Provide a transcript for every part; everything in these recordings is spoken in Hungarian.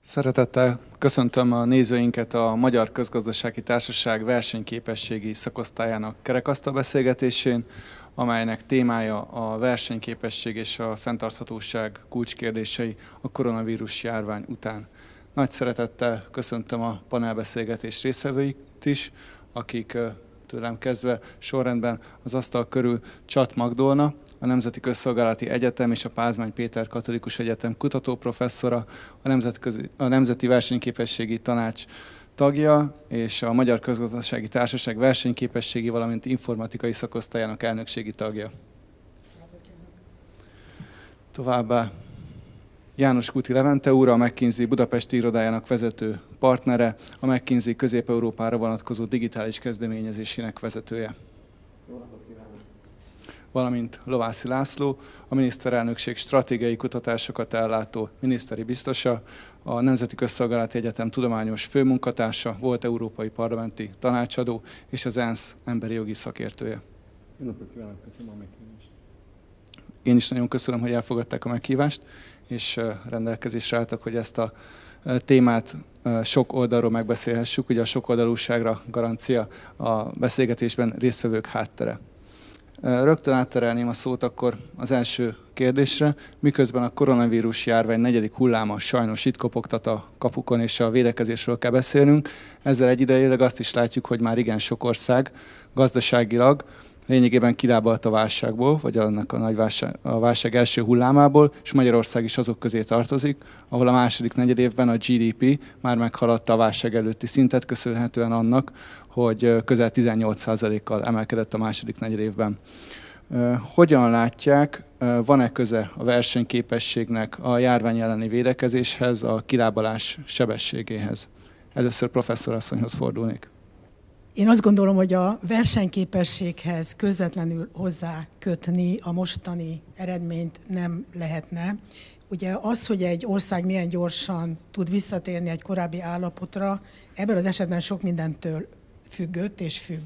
Szeretettel köszöntöm a nézőinket a Magyar Közgazdasági Társaság versenyképességi szakosztályának kerekasztal beszélgetésén, amelynek témája a versenyképesség és a fenntarthatóság kulcskérdései a koronavírus járvány után. Nagy szeretettel köszöntöm a panelbeszélgetés résztvevőit is, akik tőlem kezdve sorrendben az asztal körül Csat Magdolna, a Nemzeti Közszolgálati Egyetem és a Pázmány Péter Katolikus Egyetem kutatóprofesszora, a Nemzeti Versenyképességi Tanács tagja és a Magyar Közgazdasági Társaság versenyképességi, valamint informatikai szakosztályának elnökségi tagja. Továbbá János Kuti Levente úr, a McKinsey budapesti irodájának vezető partnere, a McKinsey Közép-Európára vonatkozó digitális kezdeményezésének vezetője. Valamint Lovászi László, a miniszterelnökség stratégiai kutatásokat ellátó miniszteri biztosa, a Nemzeti Közszolgálati Egyetem tudományos főmunkatársa, volt európai parlamenti tanácsadó és az ENSZ emberi jogi szakértője. Jó napot kívánok, köszönöm a meghívást. Én is nagyon köszönöm, hogy elfogadták a meghívást, és rendelkezésre álltak, hogy ezt a témát sok oldalról megbeszélhessük. Ugye a sokoldalúságra garancia a beszélgetésben résztvevők háttere. Rögtön átterelném a szót akkor az első kérdésre, miközben a koronavírus járvány negyedik hulláma sajnos itt kopogtat a kapukon, és a védekezésről kell beszélnünk. Ezzel egyidejűleg azt is látjuk, hogy már igen sok ország gazdaságilag lényegében kilábalt a válságból, vagy annak a válság első hullámából, és Magyarország is azok közé tartozik, ahol a második negyedévben a GDP már meghaladta a válság előtti szintet, köszönhetően annak, hogy közel 18%-kal emelkedett a második negyedévben. Hogyan látják, van-e köze a versenyképességnek a járvány elleni védekezéshez, a kilábalás sebességéhez? Először professzor asszonyhoz fordulnék. Én azt gondolom, hogy a versenyképességhez közvetlenül hozzá kötni a mostani eredményt nem lehetne. Ugye az, hogy egy ország milyen gyorsan tud visszatérni egy korábbi állapotra, ebben az esetben sok mindentől függött és függ.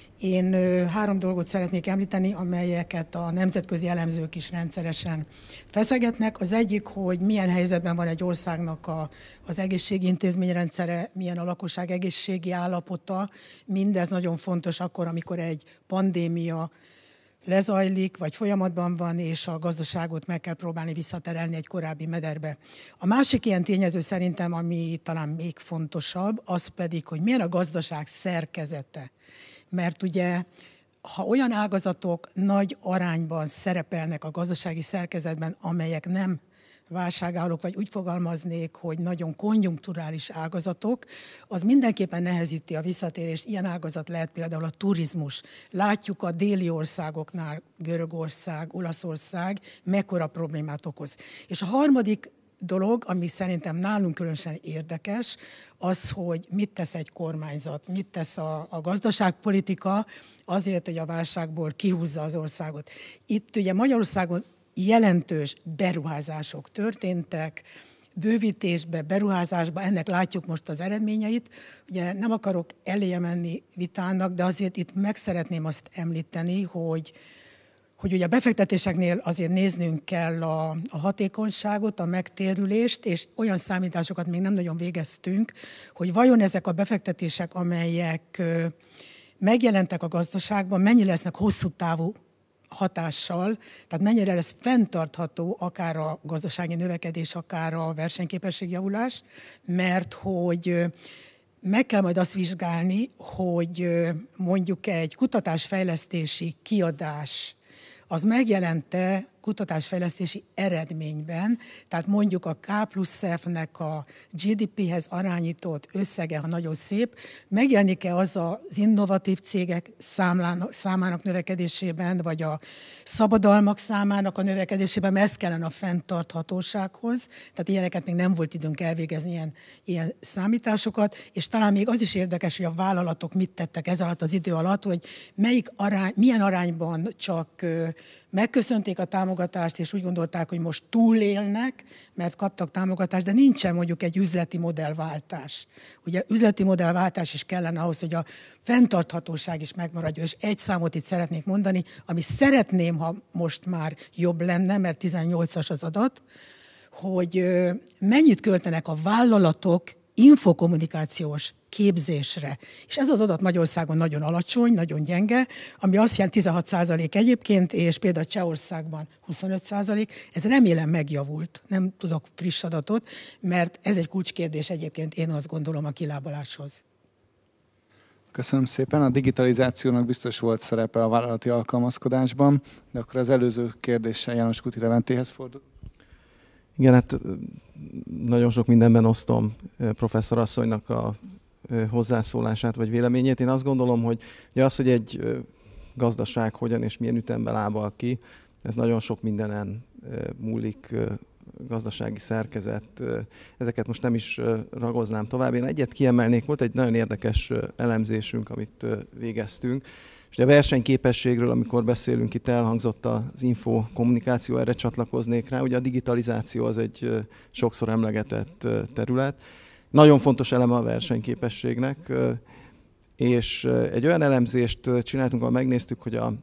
Én 3 dolgot szeretnék említeni, amelyeket a nemzetközi elemzők is rendszeresen feszegetnek. Az egyik, hogy milyen helyzetben van egy országnak az egészségi intézményrendszere, milyen a lakosság egészségi állapota. Mindez nagyon fontos akkor, amikor egy pandémia lezajlik, vagy folyamatban van, és a gazdaságot meg kell próbálni visszaterelni egy korábbi mederbe. A másik ilyen tényező szerintem, ami talán még fontosabb, az pedig, hogy milyen a gazdaság szerkezete. Mert ugye, ha olyan ágazatok nagy arányban szerepelnek a gazdasági szerkezetben, amelyek nem válságállók, vagy úgy fogalmaznék, hogy nagyon konjunkturális ágazatok, az mindenképpen nehezíti a visszatérést. Ilyen ágazat lehet például a turizmus. Látjuk a déli országoknál, Görögország, Olaszország, mekkora problémát okoz. És a harmadik dolog, ami szerintem nálunk különösen érdekes, az, hogy mit tesz egy kormányzat, mit tesz a gazdaságpolitika azért, hogy a válságból kihúzza az országot. Itt ugye Magyarországon jelentős beruházások történtek, bővítésbe, beruházásba, ennek látjuk most az eredményeit. Ugye nem akarok eléje menni vitának, de azért itt meg szeretném azt említeni, hogy ugye a befektetéseknél azért néznünk kell a hatékonyságot, a megtérülést, és olyan számításokat még nem nagyon végeztünk, hogy vajon ezek a befektetések, amelyek megjelentek a gazdaságban, mennyi lesznek hosszú távú hatással, tehát mennyire lesz fenntartható akár a gazdasági növekedés, akár a versenyképességjavulás, mert hogy meg kell majd azt vizsgálni, hogy mondjuk egy kutatásfejlesztési kiadás az megjelente kutatásfejlesztési eredményben, tehát mondjuk a K+F-nek a GDP-hez arányított összege, ha nagyon szép, megjelenik-e az az innovatív cégek számának növekedésében, vagy a szabadalmak számának a növekedésében, mert ez kellene a fenntarthatósághoz, tehát ilyeneket még nem volt időnk elvégezni, ilyen számításokat, és talán még az is érdekes, hogy a vállalatok mit tettek ez alatt az idő alatt, hogy milyen arányban csak megköszönték a támogatást, és úgy gondolták, hogy most túlélnek, mert kaptak támogatást, de nincsen mondjuk egy üzleti modellváltás. Ugye üzleti modellváltás is kellene ahhoz, hogy a fenntarthatóság is megmaradjon. És egy számot itt szeretnék mondani, ami szeretném, ha most már jobb lenne, mert 18-as az adat, hogy mennyit költenek a vállalatok infokommunikációs képzésre. És ez az adat Magyarországon nagyon alacsony, nagyon gyenge, ami azt jelenti 16% egyébként, és például Csehországban 25%. Ez remélem megjavult, nem tudok friss adatot, mert ez egy kulcskérdés egyébként, én azt gondolom, a kilábaláshoz. Köszönöm szépen. A digitalizációnak biztos volt szerepe a vállalati alkalmazkodásban, de akkor az előző kérdéssel János Kuti Leventéhez fordul. Igen, hát nagyon sok mindenben osztom professzor asszonynak a hozzászólását vagy véleményét. Én azt gondolom, hogy az, hogy egy gazdaság hogyan és milyen ütemben lábal ki, ez nagyon sok mindenen múlik, gazdasági szerkezet. Ezeket most nem is ragoznám tovább. Én egyet kiemelnék, volt egy nagyon érdekes elemzésünk, amit végeztünk, és a versenyképességről, amikor beszélünk, itt elhangzott az infokommunikáció, erre csatlakoznék rá. Ugye a digitalizáció az egy sokszor emlegetett terület. Nagyon fontos eleme a versenyképességnek, és egy olyan elemzést csináltunk, ahol megnéztük, hogy a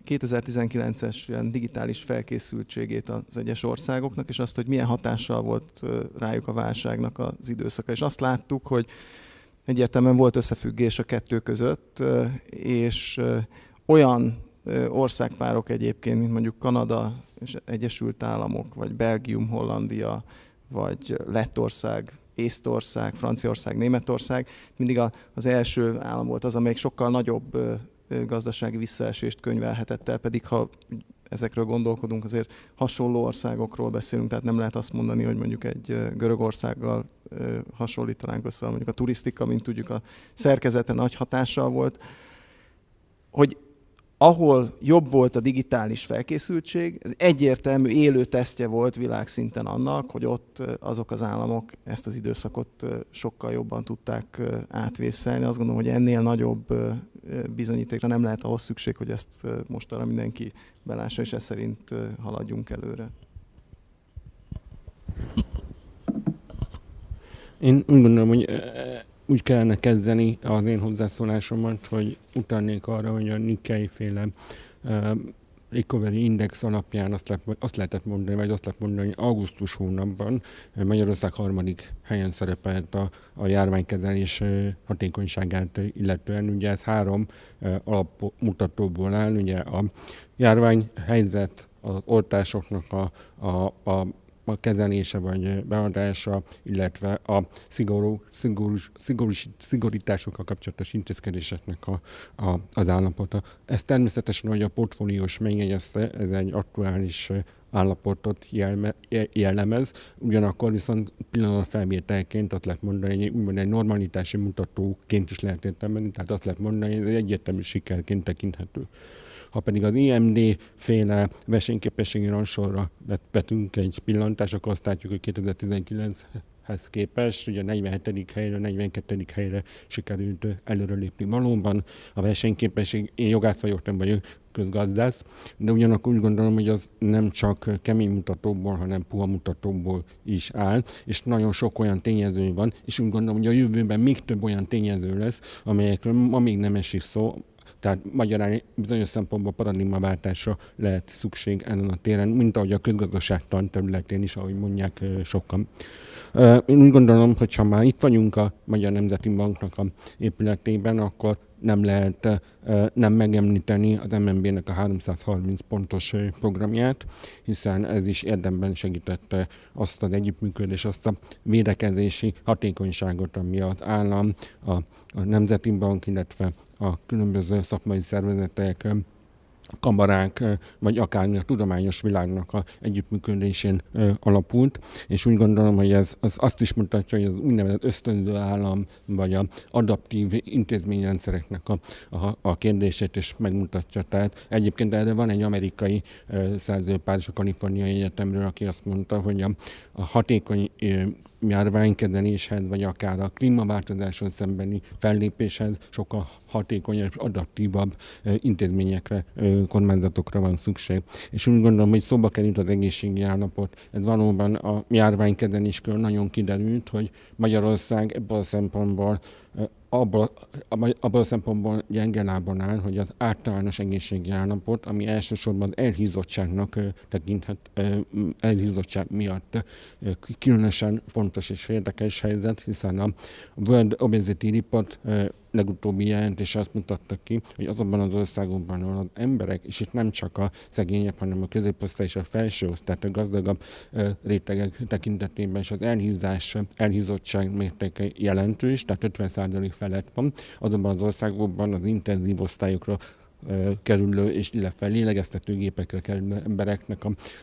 2019-es digitális felkészültségét az egyes országoknak, és azt, hogy milyen hatással volt rájuk a válságnak az időszaka. És azt láttuk, hogy egyértelműen volt összefüggés a kettő között, és olyan országpárok egyébként, mint mondjuk Kanada és Egyesült Államok, vagy Belgium, Hollandia, vagy Lettország, Észtország, Franciaország, Németország, mindig az első állam volt az, amelyik sokkal nagyobb gazdasági visszaesést könyvelhetett el, pedig ha ezekről gondolkodunk, azért hasonló országokról beszélünk, tehát nem lehet azt mondani, hogy mondjuk egy Görögországgal hasonlítanánk össze, mondjuk a turisztika, mint tudjuk, a szerkezete nagy hatással volt, hogy ahol jobb volt a digitális felkészültség, ez egyértelmű élő tesztje volt világszinten annak, hogy ott azok az államok ezt az időszakot sokkal jobban tudták átvészelni. Azt gondolom, hogy ennél nagyobb bizonyítékra nem lehet ahhoz szükség, hogy ezt mostanra mindenki belássa, és ez szerint haladjunk előre. Én úgy gondolom, hogy úgy kellene kezdeni az én hozzászólásomat, hogy utalnék arra, hogy a Nikkei-féle Recovery Index alapján azt lehetett mondani, vagy azt lehet mondani, hogy augusztus hónapban Magyarország harmadik helyen szerepelt a járványkezelés hatékonyságát illetően. Ugye ez 3 alapmutatóból áll, ugye a járványhelyzet, az oltásoknak a kezelése vagy beadása, illetve a szigorításokkal kapcsolatos intézkedéseknek az állapota. Ez természetesen, hogy a portfóliós megjegyezte, ez egy aktuális állapotot jellemez, ugyanakkor viszont pillanatfelvételként azt lehet mondani, hogy úgymond egy normalitási mutatóként is lehet értelmezni, tehát azt lehet mondani, hogy ez egyértelmű sikerként tekinthető. Ha pedig az IMD-féle versenyképességi rangsorra vetünk egy pillantást, akkor azt látjuk, hogy 2019-hez képest ugye a 47. helyre, 42. helyre sikerült előrelépni. Valóban a versenyképesség, én jogász vagyok, nem vagyok közgazdász, de ugyanakkor úgy gondolom, hogy az nem csak kemény mutatókból, hanem puha mutatókból is áll, és nagyon sok olyan tényező van, és úgy gondolom, hogy a jövőben még több olyan tényező lesz, amelyekről ma még nem esik szó. Tehát magyarán bizonyos szempontból paradigmaváltásra lehet szükség ezen a téren, mint ahogy a közgazdaságtan területén is, ahogy mondják sokan. Én úgy gondolom, hogy ha már itt vagyunk a Magyar Nemzeti Banknak a épületében, akkor nem lehet nem megemlíteni az MNB-nek a 330 pontos programját, hiszen ez is érdemben segítette azt az együttműködés, azt a védekezési hatékonyságot, ami az állam, a Nemzeti Bank, illetve a különböző szakmai szervezetek, kamarák, vagy akár a tudományos világnak a együttműködésén alapult, és úgy gondolom, hogy ez azt is mutatja, hogy az úgynevezett ösztönző állam, vagy az adaptív intézményrendszereknek a kérdését is megmutatja. Tehát egyébként erre van egy amerikai szerzőpár a Kaliforniai Egyetemről, aki azt mondta, hogy a hatékony járványkezeléshez, vagy akár a klímaváltozáson szembeni fellépéshez sokkal hatékonyabb, adaptívabb intézményekre, kormányzatokra van szükség. És úgy gondolom, hogy szóba került az egészségi állapot. Ez valóban a járványkezeléskör nagyon kiderült, hogy Magyarország ebből a szempontból abban a szempontból gyenge lábon áll, hogy az általános egészségi állapot, ami elsősorban az elhízottságnak elhízottság miatt különösen fontos és érdekes helyzet, hiszen a World Obesity Report legutóbbi jelentése azt mutatta ki, hogy azokban az országokban, ahol az emberek, és itt nem csak a szegényebb, hanem a középosztály és a felsőosztály, tehát a gazdagabb rétegek tekintetében is az elhízottság mértéke jelentős, tehát 50% felett van. Azonban az országokban az intenzív osztályokra kerülő, és illetve lélegeztetőgépekre kerülő embereknek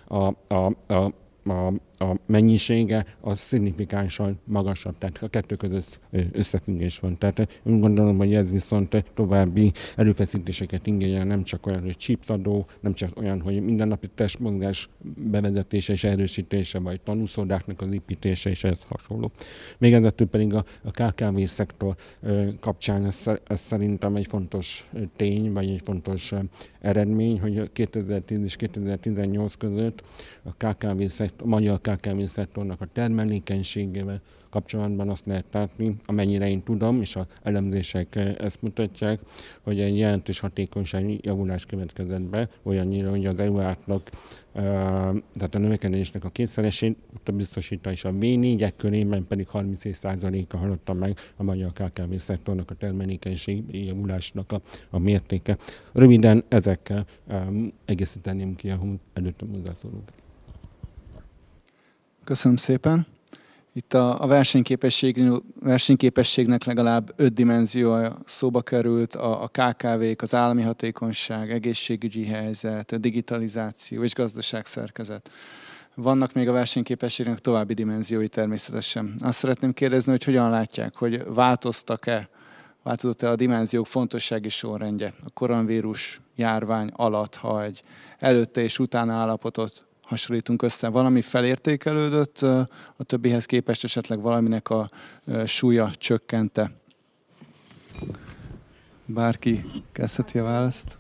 a mennyisége az szignifikánsan magasabb, tehát a kettő között összefüggés van. Tehát úgy gondolom, hogy ez viszont további erőfeszítéseket igényel, nem csak olyan, hogy chipsadó, nem csak olyan, hogy mindennapi testmozgás bevezetése és erősítése, vagy tanúszodáknak az építése és ez hasonló. Végezetül pedig a KKV szektor kapcsán ez szerintem egy fontos tény, vagy egy fontos eredmény, hogy 2010 és 2018 között a magyar KKV szektornak a termelékenységével kapcsolatban azt lehet látni, amennyire én tudom, és az elemzések ezt mutatják, hogy egy jelentős hatékonysági javulás következett be, olyannyira, hogy az EU átlag, tehát a növekedésnek a kétszeresét biztosítja, és a V4-ek körében pedig 37%-a haladta meg a magyar KKV szektornak a termelékenységi javulásnak a mértéke. Röviden ezekkel egészíteném ki a előttem hozzászólót. Köszönöm szépen. Itt a versenyképességnek legalább 5 dimenziója szóba került, a KKV-k, az állami hatékonyság, egészségügyi helyzet, digitalizáció és gazdaságszerkezet. Vannak még a versenyképességnek további dimenziói természetesen. Azt szeretném kérdezni, hogy hogyan látják, hogy változott-e a dimenziók fontossági sorrendje a koronavírus járvány alatt, ha egy előtte és utána állapotot hasonlítunk össze. Valami felértékelődött a többihez képest, esetleg valaminek a súlya csökkente? Bárki kezdheti a választ?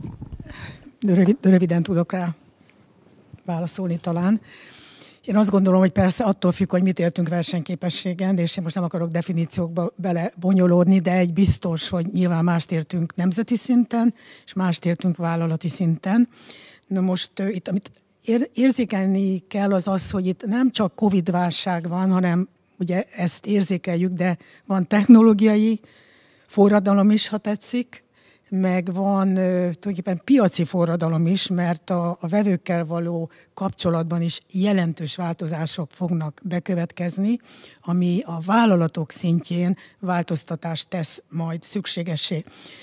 Röviden tudok rá válaszolni talán. Én azt gondolom, hogy persze attól függ, hogy mit értünk versenyképességen, és én most nem akarok definíciókba belebonyolódni, de egy biztos, hogy nyilván mást értünk nemzeti szinten, és mást értünk vállalati szinten. Na most itt, amit érzékelni kell az, hogy itt nem csak Covid-válság van, hanem ugye ezt érzékeljük, de van technológiai forradalom is, ha tetszik, meg van tulajdonképpen piaci forradalom is, mert a vevőkkel való kapcsolatban is jelentős változások fognak bekövetkezni, ami a vállalatok szintjén változtatást tesz majd szükségessé.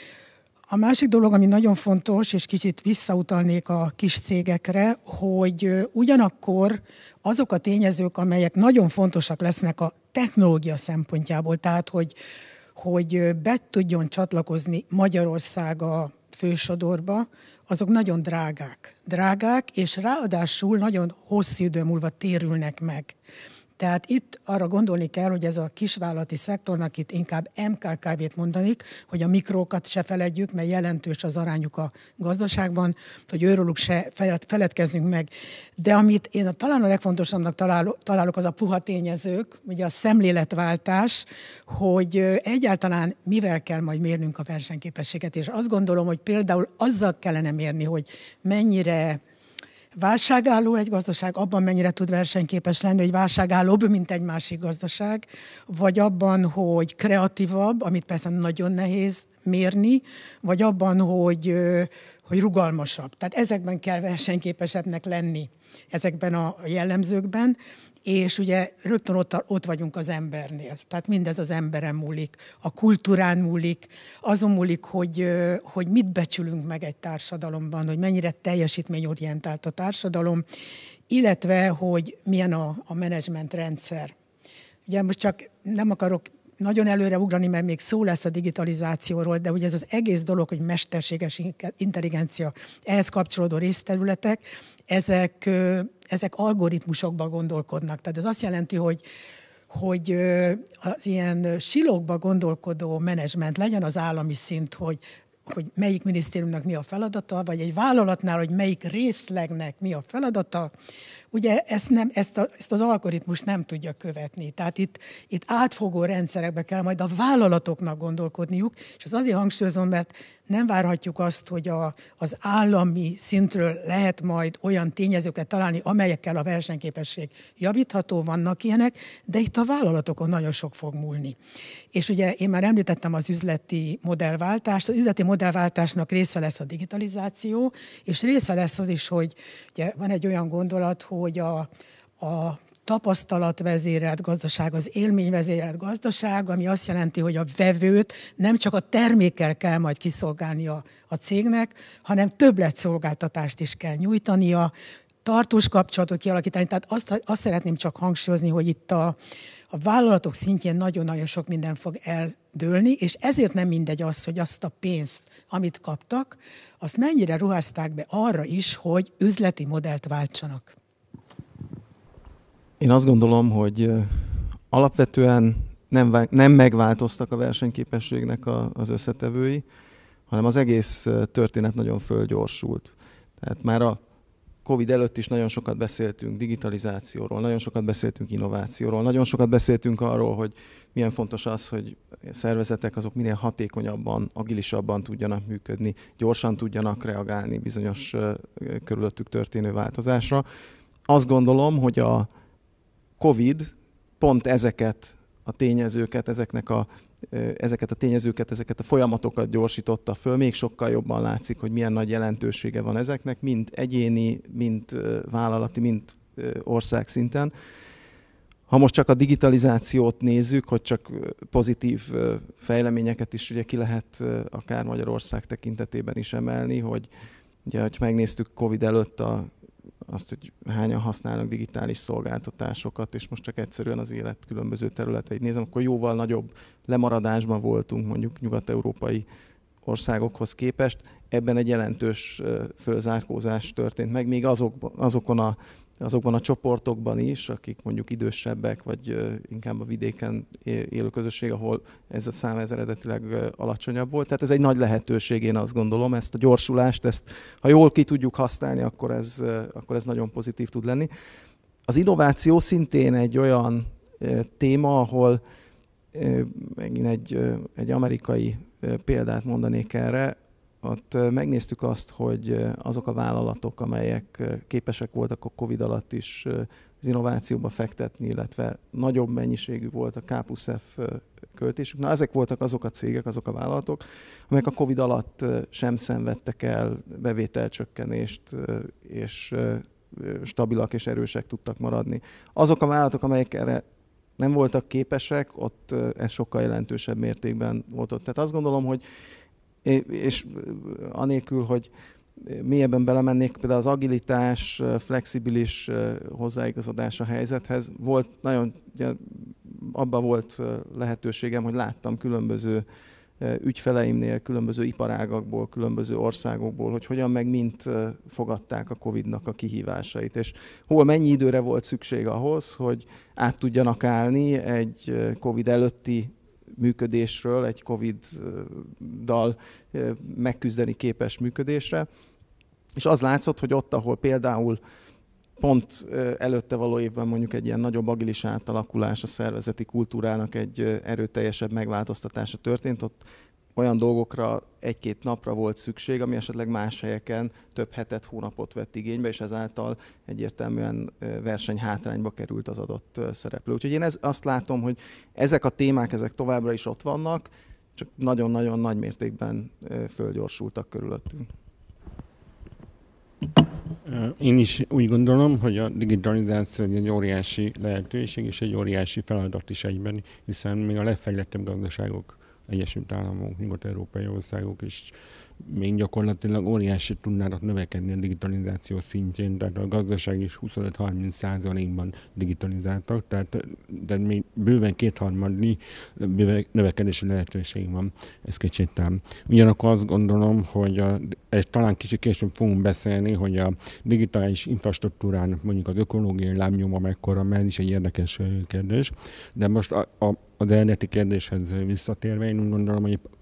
A másik dolog, ami nagyon fontos, és kicsit visszautalnék a kis cégekre, hogy ugyanakkor azok a tényezők, amelyek nagyon fontosak lesznek a technológia szempontjából, tehát hogy be tudjon csatlakozni Magyarország a fősodorba, azok nagyon drágák, és ráadásul nagyon hosszú idő múlva térülnek meg. Tehát itt arra gondolni kell, hogy ez a kisvállalati szektornak itt inkább MKKV-t mondanik, hogy a mikrókat se feledjük, mert jelentős az arányuk a gazdaságban, hogy őróluk se feledkezzünk meg. De amit én talán a legfontosabbnak találok, az a puha tényezők, ugye a szemléletváltás, hogy egyáltalán mivel kell majd mérnünk a versenyképességet. És azt gondolom, hogy például azzal kellene mérni, hogy mennyire válságálló egy gazdaság, abban mennyire tud versenyképes lenni, hogy válságállóbb, mint egy másik gazdaság, vagy abban, hogy kreatívabb, amit persze nagyon nehéz mérni, vagy abban, hogy rugalmasabb. Tehát ezekben kell versenyképesebbnek lenni, ezekben a jellemzőkben, és ugye rögtön ott vagyunk az embernél. Tehát mindez az emberen múlik, a kultúrán múlik, azon múlik, hogy mit becsülünk meg egy társadalomban, hogy mennyire teljesítményorientált a társadalom, illetve, hogy milyen a menedzsmentrendszer. Ugye most csak nem akarok nagyon előre ugrani, mert még szó lesz a digitalizációról, de ugye ez az egész dolog, hogy mesterséges intelligencia, ehhez kapcsolódó részterületek, ezek algoritmusokban gondolkodnak. Tehát ez azt jelenti, hogy az ilyen silókba gondolkodó menedzsment legyen az állami szint, hogy hogy melyik minisztériumnak mi a feladata, vagy egy vállalatnál, hogy melyik részlegnek mi a feladata, ugye ezt az algoritmus nem tudja követni. Tehát itt átfogó rendszerekbe kell majd a vállalatoknak gondolkodniuk, és az azért hangsúlyozom, mert nem várhatjuk azt, hogy az állami szintről lehet majd olyan tényezőket találni, amelyekkel a versenyképesség javítható, vannak ilyenek, de itt a vállalatokon nagyon sok fog múlni. És ugye én már említettem az üzleti modellváltást, az üzleti modellváltásnak része lesz a digitalizáció, és része lesz az is, hogy ugye van egy olyan gondolat, hogy a tapasztalatvezérelt gazdaság, az élményvezérelt gazdaság, ami azt jelenti, hogy a vevőt nem csak a termékkel kell majd kiszolgálnia a cégnek, hanem többletszolgáltatást is kell nyújtania, tartós kapcsolatot kialakítani. Tehát azt szeretném csak hangsúlyozni, hogy itt a vállalatok szintjén nagyon-nagyon sok minden fog eldőlni, és ezért nem mindegy az, hogy azt a pénzt, amit kaptak, azt mennyire ruházták be arra is, hogy üzleti modellt váltsanak. Én azt gondolom, hogy alapvetően nem megváltoztak a versenyképességnek az összetevői, hanem az egész történet nagyon fölgyorsult. Tehát már a Covid előtt is nagyon sokat beszéltünk digitalizációról, nagyon sokat beszéltünk innovációról, nagyon sokat beszéltünk arról, hogy milyen fontos az, hogy szervezetek azok minél hatékonyabban, agilisabban tudjanak működni, gyorsan tudjanak reagálni bizonyos körülöttük történő változásra. Azt gondolom, hogy a Covid pont ezeket a tényezőket, ezeket a folyamatokat gyorsította föl, még sokkal jobban látszik, hogy milyen nagy jelentősége van ezeknek, mind egyéni, mind vállalati, mind országszinten. Ha most csak a digitalizációt nézzük, hogy csak pozitív fejleményeket is ugye ki lehet akár Magyarország tekintetében is emelni, hogy ugye, hogy megnéztük Covid előtt azt, hogy hányan használnak digitális szolgáltatásokat, és most csak egyszerűen az élet különböző területeit nézem, akkor jóval nagyobb lemaradásban voltunk mondjuk nyugat-európai országokhoz képest. Ebben egy jelentős fölzárkózás történt meg, még azokban a csoportokban is, akik mondjuk idősebbek, vagy inkább a vidéken élő közösség, ahol ez a szám eredetileg alacsonyabb volt. Tehát ez egy nagy lehetőség, én azt gondolom, ezt a gyorsulást, ha jól ki tudjuk használni, akkor ez nagyon pozitív tud lenni. Az innováció szintén egy olyan téma, ahol megint egy amerikai példát mondanék erre. Ott megnéztük azt, hogy azok a vállalatok, amelyek képesek voltak a Covid alatt is az innovációba fektetni, illetve nagyobb mennyiségű volt a K+F költésük. Na, ezek voltak azok a cégek, azok a vállalatok, amelyek a Covid alatt sem szenvedtek el bevételcsökkenést, és stabilak és erősek tudtak maradni. Azok a vállalatok, amelyek erre nem voltak képesek, ott ez sokkal jelentősebb mértékben volt ott. Tehát azt gondolom, hogy és anélkül, hogy mélyebben belemennék, például az agilitás, flexibilis hozzáigazodás a helyzethez, abban volt lehetőségem, hogy láttam különböző ügyfeleimnél, különböző iparágakból, különböző országokból, hogy hogyan meg mind fogadták a Covid-nak a kihívásait, és hol mennyi időre volt szükség ahhoz, hogy át tudjanak állni egy Covid előtti működésről, egy Covid-dal megküzdeni képes működésre. És az látszott, hogy ott, ahol például pont előtte való évben mondjuk egy ilyen nagyobb agilis átalakulás, a szervezeti kultúrának egy erőteljesebb megváltoztatása történt, ott olyan dolgokra egy-két napra volt szükség, ami esetleg más helyeken több hetet, hónapot vett igénybe, és ezáltal egyértelműen versenyhátrányba került az adott szereplő. Úgyhogy én azt látom, hogy ezek a témák, ezek továbbra is ott vannak, csak nagyon-nagyon nagy mértékben fölgyorsultak körülöttünk. Én is úgy gondolom, hogy a digitalizáció egy óriási lehetőség és egy óriási feladat is egyben, hiszen még a legfejlettebb gazdaságok, Egyesült Államok, nyugat-európai országok is még gyakorlatilag óriási tudnának növekedni a digitalizáció szintjén, tehát a gazdaság is 25-30%-ban digitalizáltak, de még bőven kétharmadnyi növekedési lehetőség van, ez kétségtelen. Ugyanakkor azt gondolom, hogy talán kicsit később fogunk beszélni, hogy a digitális infrastruktúrának mondjuk az ökológiai lábnyoma mekkora, mert is egy érdekes kérdés, de most az eredeti kérdéshez visszatérve, én úgy gondolom, hogy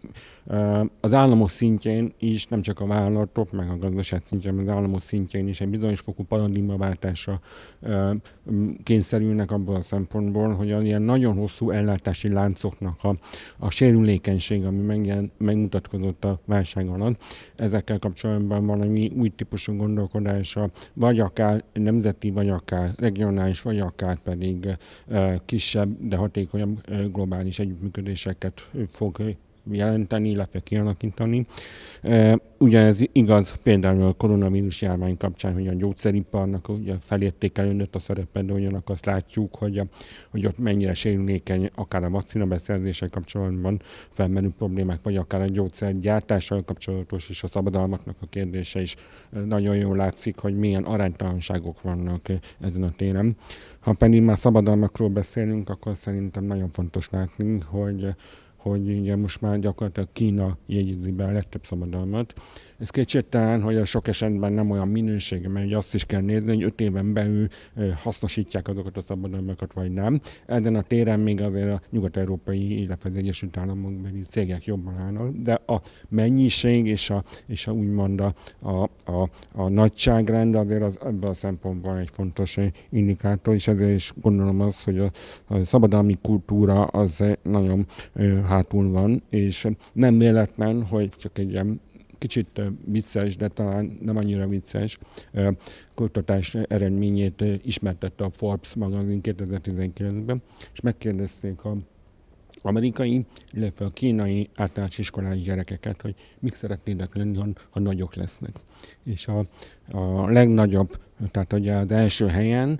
az államok szintjén is, nem csak a vállalatok, meg a gazdaság szintjén, hanem az államok szintjén is egy bizonyos fokú paradigmaváltásra kényszerülnek abból a szempontból, hogy az ilyen nagyon hosszú ellátási láncoknak a sérülékenység, ami megmutatkozott a válság alatt, ezekkel kapcsolatban valami új típusú gondolkodása, vagy akár nemzeti, vagy akár regionális, vagy akár pedig kisebb, de hatékonyabb globális együttműködéseket fog jelenteni, illetve kialakítani. Ugye ez igaz például a koronavírus járvány kapcsán, hogy a gyógyszeriparnak ugye felértékelődött a szerepe, de ugyanakkor azt látjuk, hogy ott mennyire sérülékeny akár a vakcina beszerzéssel kapcsolatban felmerül problémák, vagy akár a gyógyszergyártással kapcsolatos és a szabadalmaknak a kérdése is nagyon jól látszik, hogy milyen aránytalanságok vannak ezen a téren. Ha pedig már szabadalmakról beszélünk, akkor szerintem nagyon fontos látni, hogy ugye most már gyakorlatilag Kína jegyzi be a legtöbb szabadalmat. Ez kétségtelen, hogy a sok esetben nem olyan minősége, mert ugye azt is kell nézni, hogy 5 éven belül hasznosítják azokat a szabadalmakat, vagy nem. Ezen a téren még azért a nyugat-európai, illetve az Egyesült Államokbeli cégek jobban állnak, de a mennyiség és a úgymond a nagyságrend azért az ebből a szempontból egy fontos indikátor, és ezért is gondolom azt, hogy a szabadalmi kultúra az nagyon hátul van, és nem véletlen, hogy csak egy ilyen kicsit vicces, de talán nem annyira vicces kutatás eredményét ismertette a Forbes magazin 2019-ben, és megkérdezték az amerikai, illetve a kínai általános iskolás gyerekeket, hogy mik szeretnének lenni, ha nagyok lesznek. És a legnagyobb, tehát ugye az első helyen,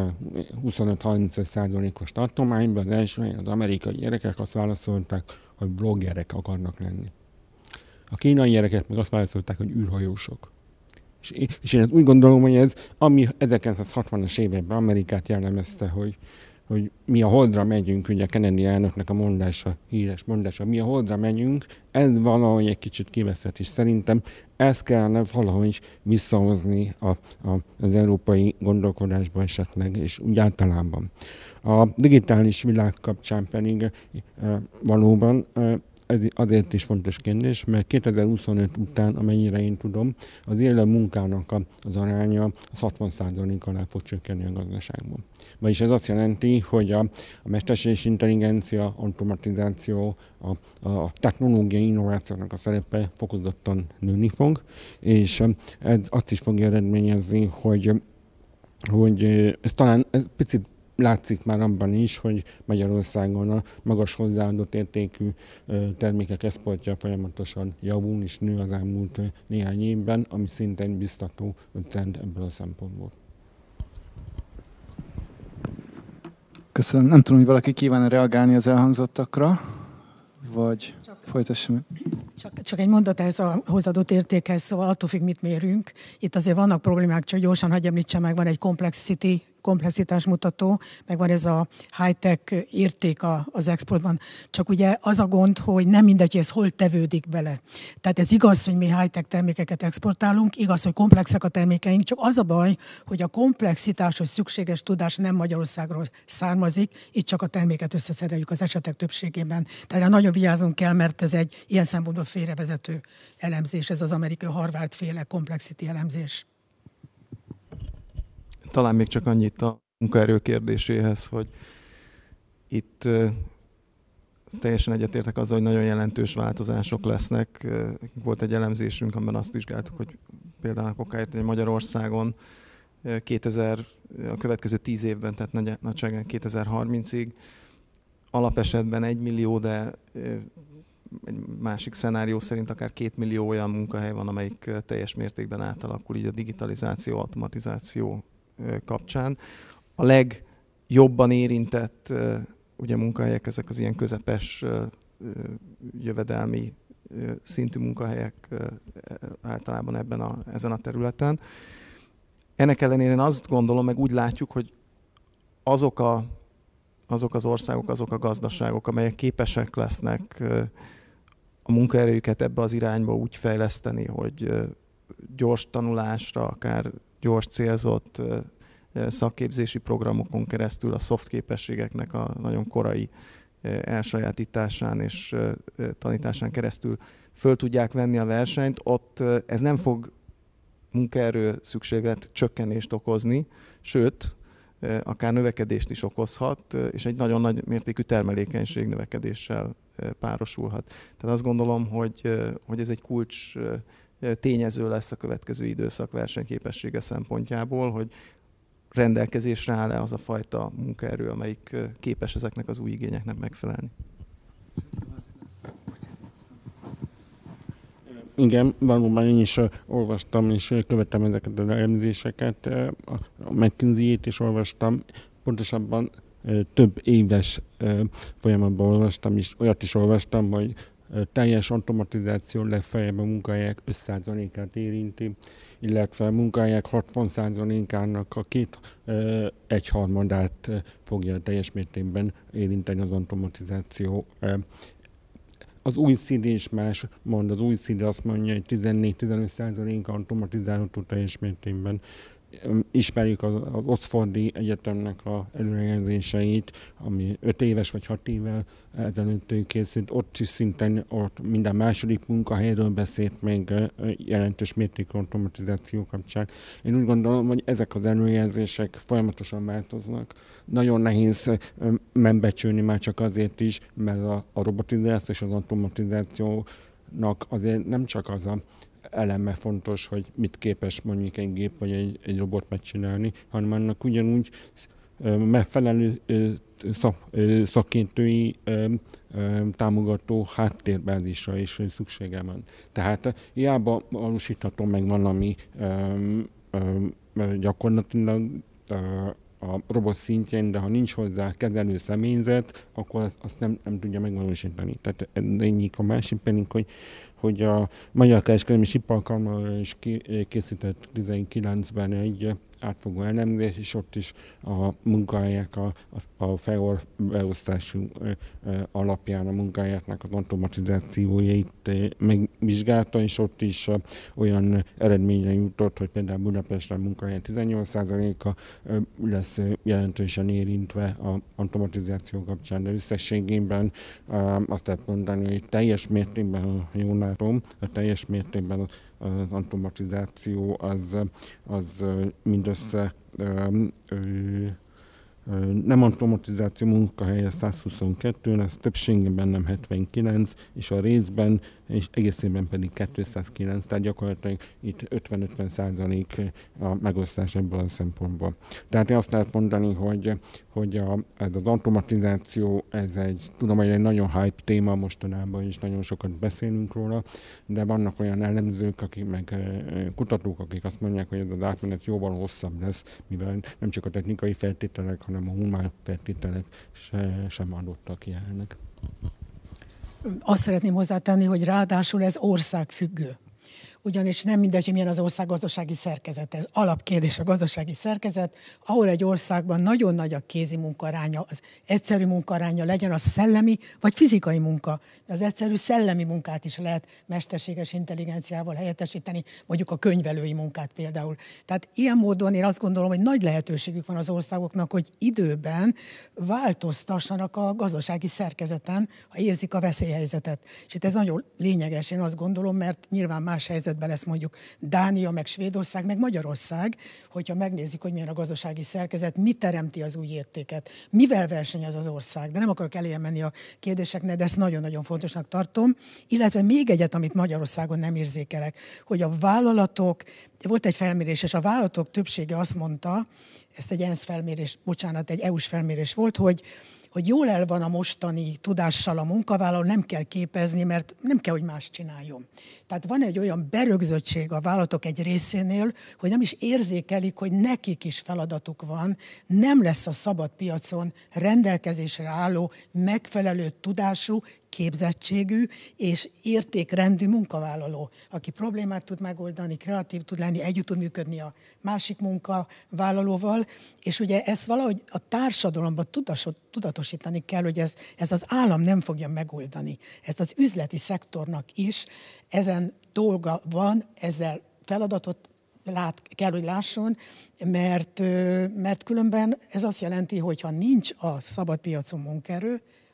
25-35%-os tartományban az első helyen az amerikai gyerekek azt válaszolták, hogy bloggerek akarnak lenni. A kínai gyerekek meg azt válaszolták, hogy űrhajósok. És én úgy gondolom, hogy ez, ami 1960-as években Amerikát jellemezte, hogy mi a Holdra megyünk, ugye Kennedy elnöknek a mondása, híres mondása, mi a Holdra megyünk, ez valahogy egy kicsit kiveszett, és szerintem ezt kellene valahogy visszahozni az európai gondolkodásba esetleg, és úgy általában. A digitális világ kapcsán pedig valóban ez azért is fontos kérdés, mert 2025 után, amennyire én tudom, az élő munkának az aránya 60% alá fog csökkenni a gazdaságban. Vagyis ez azt jelenti, hogy a mesterséges intelligencia, automatizáció, a technológiai innovációnak a szerepe fokozottan nőni fog, és ez azt is fogja eredményezni, hogy ez talán picit látszik már abban is, hogy Magyarországon a magas hozzáadott értékű termékek exportja folyamatosan javul és nő az elmúlt néhány évben, ami szintén biztató trend ebből a szempontból. Köszönöm. Nem tudom, hogy valaki kívánna reagálni az elhangzottakra, vagy folytassam. Csak egy mondat ehhez a hozzáadott értékhez, szóval attól függ, mit mérünk. Itt azért vannak problémák, csak gyorsan hagyj említsem meg, van egy komplexitás mutató, meg van ez a high-tech érték az exportban. Csak ugye az a gond, hogy nem mindegy, hogy ez hol tevődik bele. Tehát ez igaz, hogy mi high-tech termékeket exportálunk, igaz, hogy komplexek a termékeink, csak az a baj, hogy a komplexitáshoz szükséges tudás nem Magyarországról származik, itt csak a terméket összeszereljük az esetek többségében. Tehát nagyon vigyáznunk kell, mert ez egy ilyen szempontból félrevezető elemzés, ez az amerikai Harvard-féle complexity elemzés. Talán még csak annyit a munkaerő kérdéséhez, hogy itt teljesen egyetértek azzal, hogy nagyon jelentős változások lesznek. Volt egy elemzésünk, amiben azt vizsgáltuk, hogy például okáért Magyarországon a következő 10 évben, tehát nagyságán 2030-ig alapesetben 1 millió, de egy másik szenárió szerint akár 2 millió olyan munkahely van, amelyik teljes mértékben átalakul így a digitalizáció, automatizáció kapcsán. A legjobban érintett ugye munkahelyek, ezek az ilyen közepes jövedelmi szintű munkahelyek általában ezen a területen. Ennek ellenére én azt gondolom, meg úgy látjuk, hogy azok az országok, azok a gazdaságok, amelyek képesek lesznek a munkaerőjüket ebbe az irányba úgy fejleszteni, hogy gyors tanulásra, akár gyors célzott szakképzési programokon keresztül a soft képességeknek a nagyon korai elsajátításán és tanításán keresztül föl tudják venni a versenyt, ott ez nem fog munkaerő szükséglet csökkenést okozni, sőt, akár növekedést is okozhat, és egy nagyon nagy mértékű termelékenység növekedéssel párosulhat. Tehát azt gondolom, hogy ez egy kulcs tényező lesz a következő időszak versenyképessége szempontjából, hogy rendelkezésre áll-e az a fajta munkaerő, amelyik képes ezeknek az új igényeknek megfelelni. Igen, valóban én is olvastam és követtem ezeket az elemzéseket. A McKinsey-t is olvastam, pontosabban több éves folyamatban olvastam, és olyat is olvastam, hogy teljes automatizáció legfeljebb a munkahelyek 5%-át érinti, illetve a munkahelyek 60%-ának a egyharmadát fogja teljes mértékben érinteni az automatizáció. Az OECD is más mond, az OECD azt mondja, hogy 14-15% automatizálható teljes mértékben. Ismerjük az Oxfordi Egyetemnek a előrejelzéseit, ami 5 éves vagy 6 évvel ezelőtt készült, ott is szinten ott minden második munkahelyről beszélt még jelentős mértékű automatizáció kapcsán. Én úgy gondolom, hogy ezek az előrejelzések folyamatosan változnak. Nagyon nehéz megbecsülni már csak azért is, mert a robotizáció és az automatizációnak azért nem csak az a eleme fontos, hogy mit képes mondjuk egy gép vagy egy robot megcsinálni, hanem annak ugyanúgy megfelelő szakértői támogató háttérbázisra is szüksége van. Tehát hiába valósíthatom meg valami gyakorlatilag a robot szintjén, de ha nincs hozzá kezelő személyzet, akkor azt nem tudja megvalósítani. Tehát egyik a másik pedig, hogy a Magyar Kereskedelmi és Iparkamara is készített 19-ben egy átfogó elemzés, és ott is a munkahelyek, a beosztású alapján a munkahelyeknek az automatizációjait megvizsgálta, és ott is olyan eredményre jutott, hogy például Budapesten munkahely 18%-a lesz jelentősen érintve az automatizáció kapcsán, de összességében azt lehet mondani, hogy teljes mértékben, ha jól látom, a teljes mértékben az automatizáció az mindössze nem automatizáció munkahely 122, ez többségében nem 79, és a részben és egészében pedig 209, tehát gyakorlatilag itt 50-50% a megosztás ebből a szempontból. Tehát én azt lehet mondani, hogy ez az automatizáció, tudom, hogy egy nagyon hype téma mostanában, és nagyon sokat beszélünk róla, de vannak olyan elemzők, meg kutatók, akik azt mondják, hogy ez az átmenet jóval hosszabb lesz, mivel nem csak a technikai feltételek, hanem a humán feltételek sem adottak jelenleg. Azt szeretném hozzátenni, hogy ráadásul ez országfüggő. Ugyanis nem mindegy, hogy milyen az ország gazdasági szerkezete. Ez alapkérdés a gazdasági szerkezet, ahol egy országban nagyon nagy a kézi munkaránya, az egyszerű munkaránya, legyen az szellemi vagy fizikai munka. Az egyszerű szellemi munkát is lehet mesterséges intelligenciával helyettesíteni, mondjuk a könyvelői munkát például. Tehát ilyen módon én azt gondolom, hogy nagy lehetőségük van az országoknak, hogy időben változtassanak a gazdasági szerkezeten, ha érzik a veszélyhelyzetet. És itt ez nagyon lényeges, én azt gondolom, mert nyilván más helyzetben lesz mondjuk Dánia, meg Svédország, meg Magyarország, hogyha megnézzük, hogy milyen a gazdasági szerkezet, mi teremti az új értéket, mivel versenyez az ország. De nem akarok eléje menni a kérdéseknek, de ezt nagyon-nagyon fontosnak tartom. Illetve még egyet, amit Magyarországon nem érzékelek, hogy a vállalatok, volt egy felmérés, és a vállalatok többsége azt mondta, ezt egy ENSZ felmérés, egy EU-s felmérés volt, hogy jól el van a mostani tudással a munkavállaló, nem kell képezni, mert nem kell, hogy más csináljon. Tehát van egy olyan berögzöttség a vállalatok egy részénél, hogy nem is érzékelik, hogy nekik is feladatuk van, nem lesz a szabad piacon rendelkezésre álló, megfelelő tudású, képzettségű és értékrendű munkavállaló, aki problémát tud megoldani, kreatív tud lenni, együtt tud működni a másik munkavállalóval, és ugye ezt valahogy a társadalomban tudatosítani kell, hogy ez az állam nem fogja megoldani. Ezt az üzleti szektornak is ezen dolga van, ezzel feladatot kell, hogy lásson, mert különben ez azt jelenti, hogy ha nincs a szabad piacon munkaerő,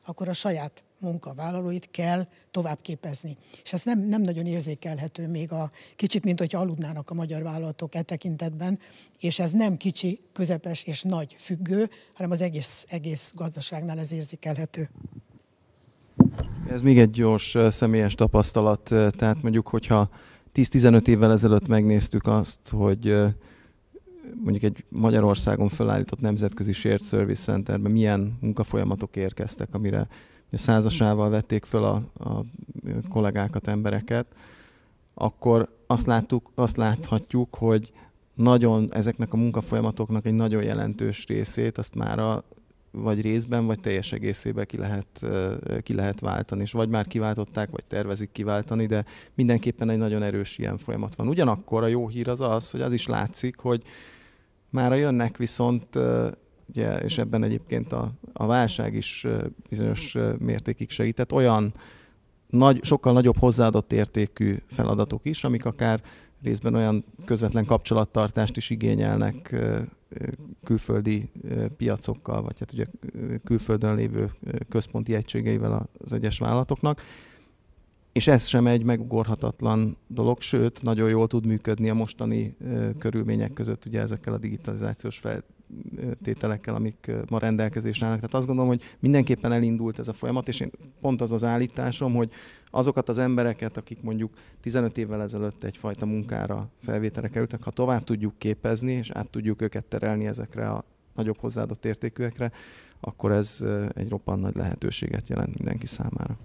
akkor a saját munkavállalóit kell továbbképezni. És ez nem nagyon érzékelhető még kicsit, mint hogyha aludnának a magyar vállalatok tekintetben, és ez nem kicsi, közepes és nagy függő, hanem az egész gazdaságnál ez érzékelhető. Ez még egy gyors személyes tapasztalat, tehát mondjuk, hogyha 10-15 évvel ezelőtt megnéztük azt, hogy mondjuk egy Magyarországon felállított nemzetközi shared service centerben milyen munkafolyamatok érkeztek, amire százasával vették föl a kollégákat, embereket, akkor azt láthatjuk, hogy ezeknek a munkafolyamatoknak egy nagyon jelentős részét azt már vagy részben, vagy teljes egészében ki lehet váltani, és vagy már kiváltották, vagy tervezik kiváltani, de mindenképpen egy nagyon erős ilyen folyamat van. Ugyanakkor a jó hír az, hogy az is látszik, hogy mára jönnek viszont, ugye, és ebben egyébként a válság is bizonyos mértékig segített, olyan sokkal nagyobb hozzáadott értékű feladatok is, amik akár részben olyan közvetlen kapcsolattartást is igényelnek külföldi piacokkal, vagy hát ugye külföldön lévő központi egységeivel az egyes vállalatoknak. És ez sem egy megugorhatatlan dolog, sőt, nagyon jól tud működni a mostani körülmények között, ugye ezekkel a digitalizációs feltételekkel, amik ma rendelkezésre állnak. Tehát azt gondolom, hogy mindenképpen elindult ez a folyamat, és én pont az állításom, hogy azokat az embereket, akik mondjuk 15 évvel ezelőtt egyfajta munkára, felvételre kerültek, ha tovább tudjuk képezni, és át tudjuk őket terelni ezekre a nagyobb hozzáadott értékűekre, akkor ez egy roppant nagy lehetőséget jelent mindenki számára.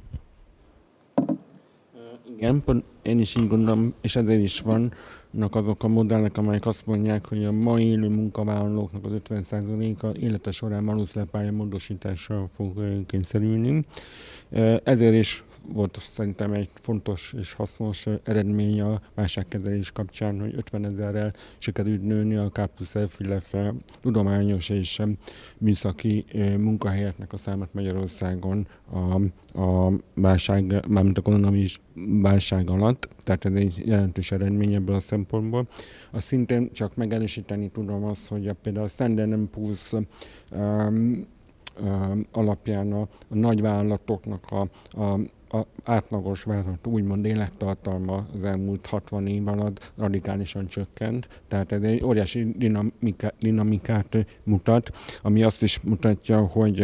Igen, én is így gondolom, és ezért is vannak azok a modellek, amelyek azt mondják, hogy a ma élő munkavállalóknak az 50%-a élete során valószínűleg pályamódosításra fog kényszerülni. Ezért is volt szerintem egy fontos és hasznos eredmény a válságkezelés kapcsán, hogy 50 000-rel sikerült nőni a K+F, illetve tudományos és műszaki munkahelyeknek a számát Magyarországon a válság, mármint a koronavírus válság alatt, tehát ez egy jelentős eredmény ebből a szempontból. Azt szintén csak megerősíteni tudom azt, hogy például a Standard & Poor's alapján a nagyvállalatoknak a átlagos vállalat úgymond élettartalma az elmúlt 60 év alatt radikálisan csökkent. Tehát ez egy óriási dinamikát mutat, ami azt is mutatja,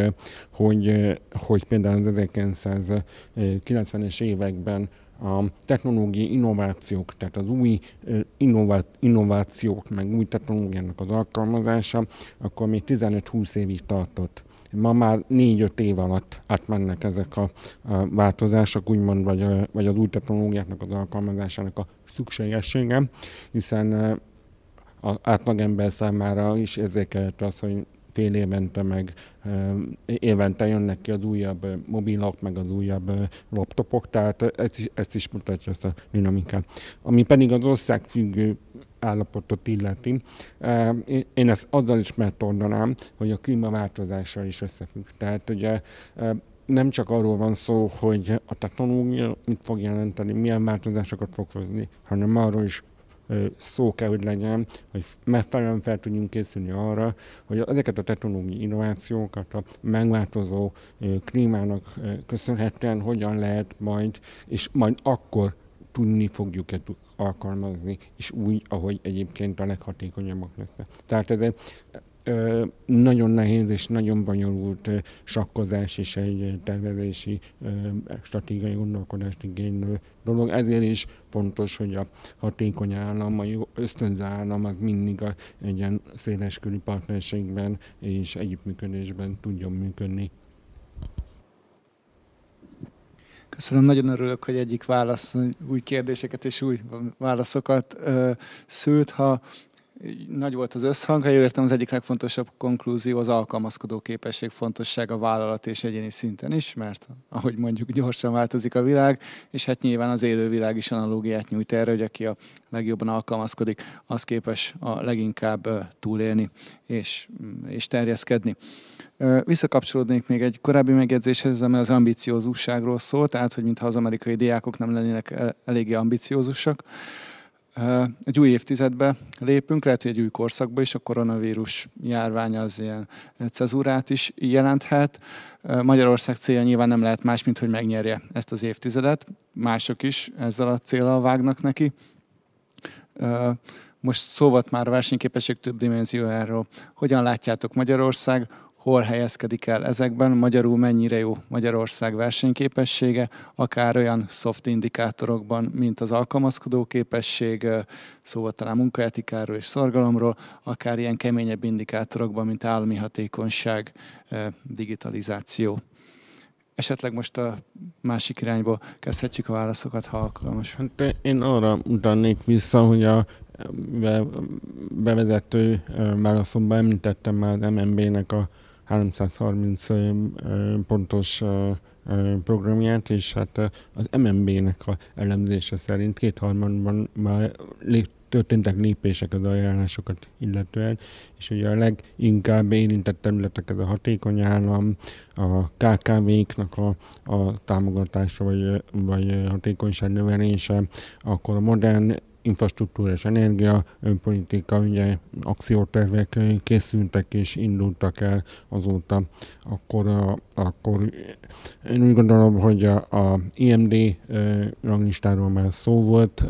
hogy például az 1990-es években a technológiai innovációk, tehát az új innovációk, meg új technológiának az alkalmazása, akkor még 15-20 évig tartott. Ma már 4-5 év alatt átmennek ezek a változások, úgymond, vagy az új technológiáknak az alkalmazásának a szükségessége, hiszen az átlagember számára is érzékelhető az, hogy fél évente, meg évente jönnek ki az újabb mobilok, meg az újabb laptopok, tehát ezt is mutatja ezt a dinamikát. Ami pedig az országfüggő állapotot illeti, én ezt azzal is megoldanám, hogy a klímaváltozással is összefügg. Tehát ugye nem csak arról van szó, hogy a technológia mit fog jelenteni, milyen változásokat fog hozni, hanem arról is szó kell, hogy legyen, hogy megfelelően fel tudjunk készülni arra, hogy ezeket a technológiai innovációkat a megváltozó klímának köszönhetően hogyan lehet és majd akkor tudni fogjuk alkalmazni, és úgy, ahogy egyébként a leghatékonyabbak lesznek. Tehát ez egy nagyon nehéz és nagyon bonyolult sakkozás és egy tervezési stratégiai gondolkodást igénylő dolog. Ezért is fontos, hogy a hatékony állam, a ösztönző állam az mindig egy ilyen széleskörű partnerségben és együttműködésben tudjon működni. Köszönöm, nagyon örülök, hogy egyik válasz új kérdéseket és új válaszokat szült. Ha nagy volt az összhang, ha jól értem, az egyik legfontosabb konklúzió az alkalmazkodó képesség fontossága vállalat és egyéni szinten is, mert ahogy mondjuk gyorsan változik a világ, és hát nyilván az élő világ is analógiát nyújt erre, hogy aki a legjobban alkalmazkodik, az képes a leginkább túlélni és terjeszkedni. Visszakapcsolódnék még egy korábbi megjegyzéshez, amely az ambiciózusságról szól, tehát hogy mintha az amerikai diákok nem lennének eléggé ambiciózusak. Egy új évtizedbe lépünk, lehet, hogy egy új korszakba is, a koronavírus járvány az ilyen cezúrát is jelenthet. Magyarország célja nyilván nem lehet más, mint hogy megnyerje ezt az évtizedet. Mások is ezzel a céllal vágnak neki. Most szó volt már a versenyképesség több dimenziójáról. Hogyan látjátok Magyarország? Hol helyezkedik el ezekben, magyarul mennyire jó Magyarország versenyképessége, akár olyan soft indikátorokban, mint az alkalmazkodó képesség, szóval talán munkaetikáról és szorgalomról, akár ilyen keményebb indikátorokban, mint állami hatékonyság, digitalizáció. Esetleg most a másik irányból kezdhetjük a válaszokat, ha alkalmas. Hát én arra utalnék vissza, hogy a bevezető válaszomban említettem már az MNB-nek a 330 pontos programját, és hát az MNB-nek a elemzése szerint 2/3 már történtek lépések az ajánlásokat illetően, és ugye a leginkább érintett területek ez a hatékony állam, a KKV-knak a támogatása vagy hatékonyság növelése, akkor a modern infrastruktúra és energiapolitika, ugye akciótervek készültek és indultak el azóta. Akkor én úgy gondolom, hogy a IMD ranglistáról már szó volt.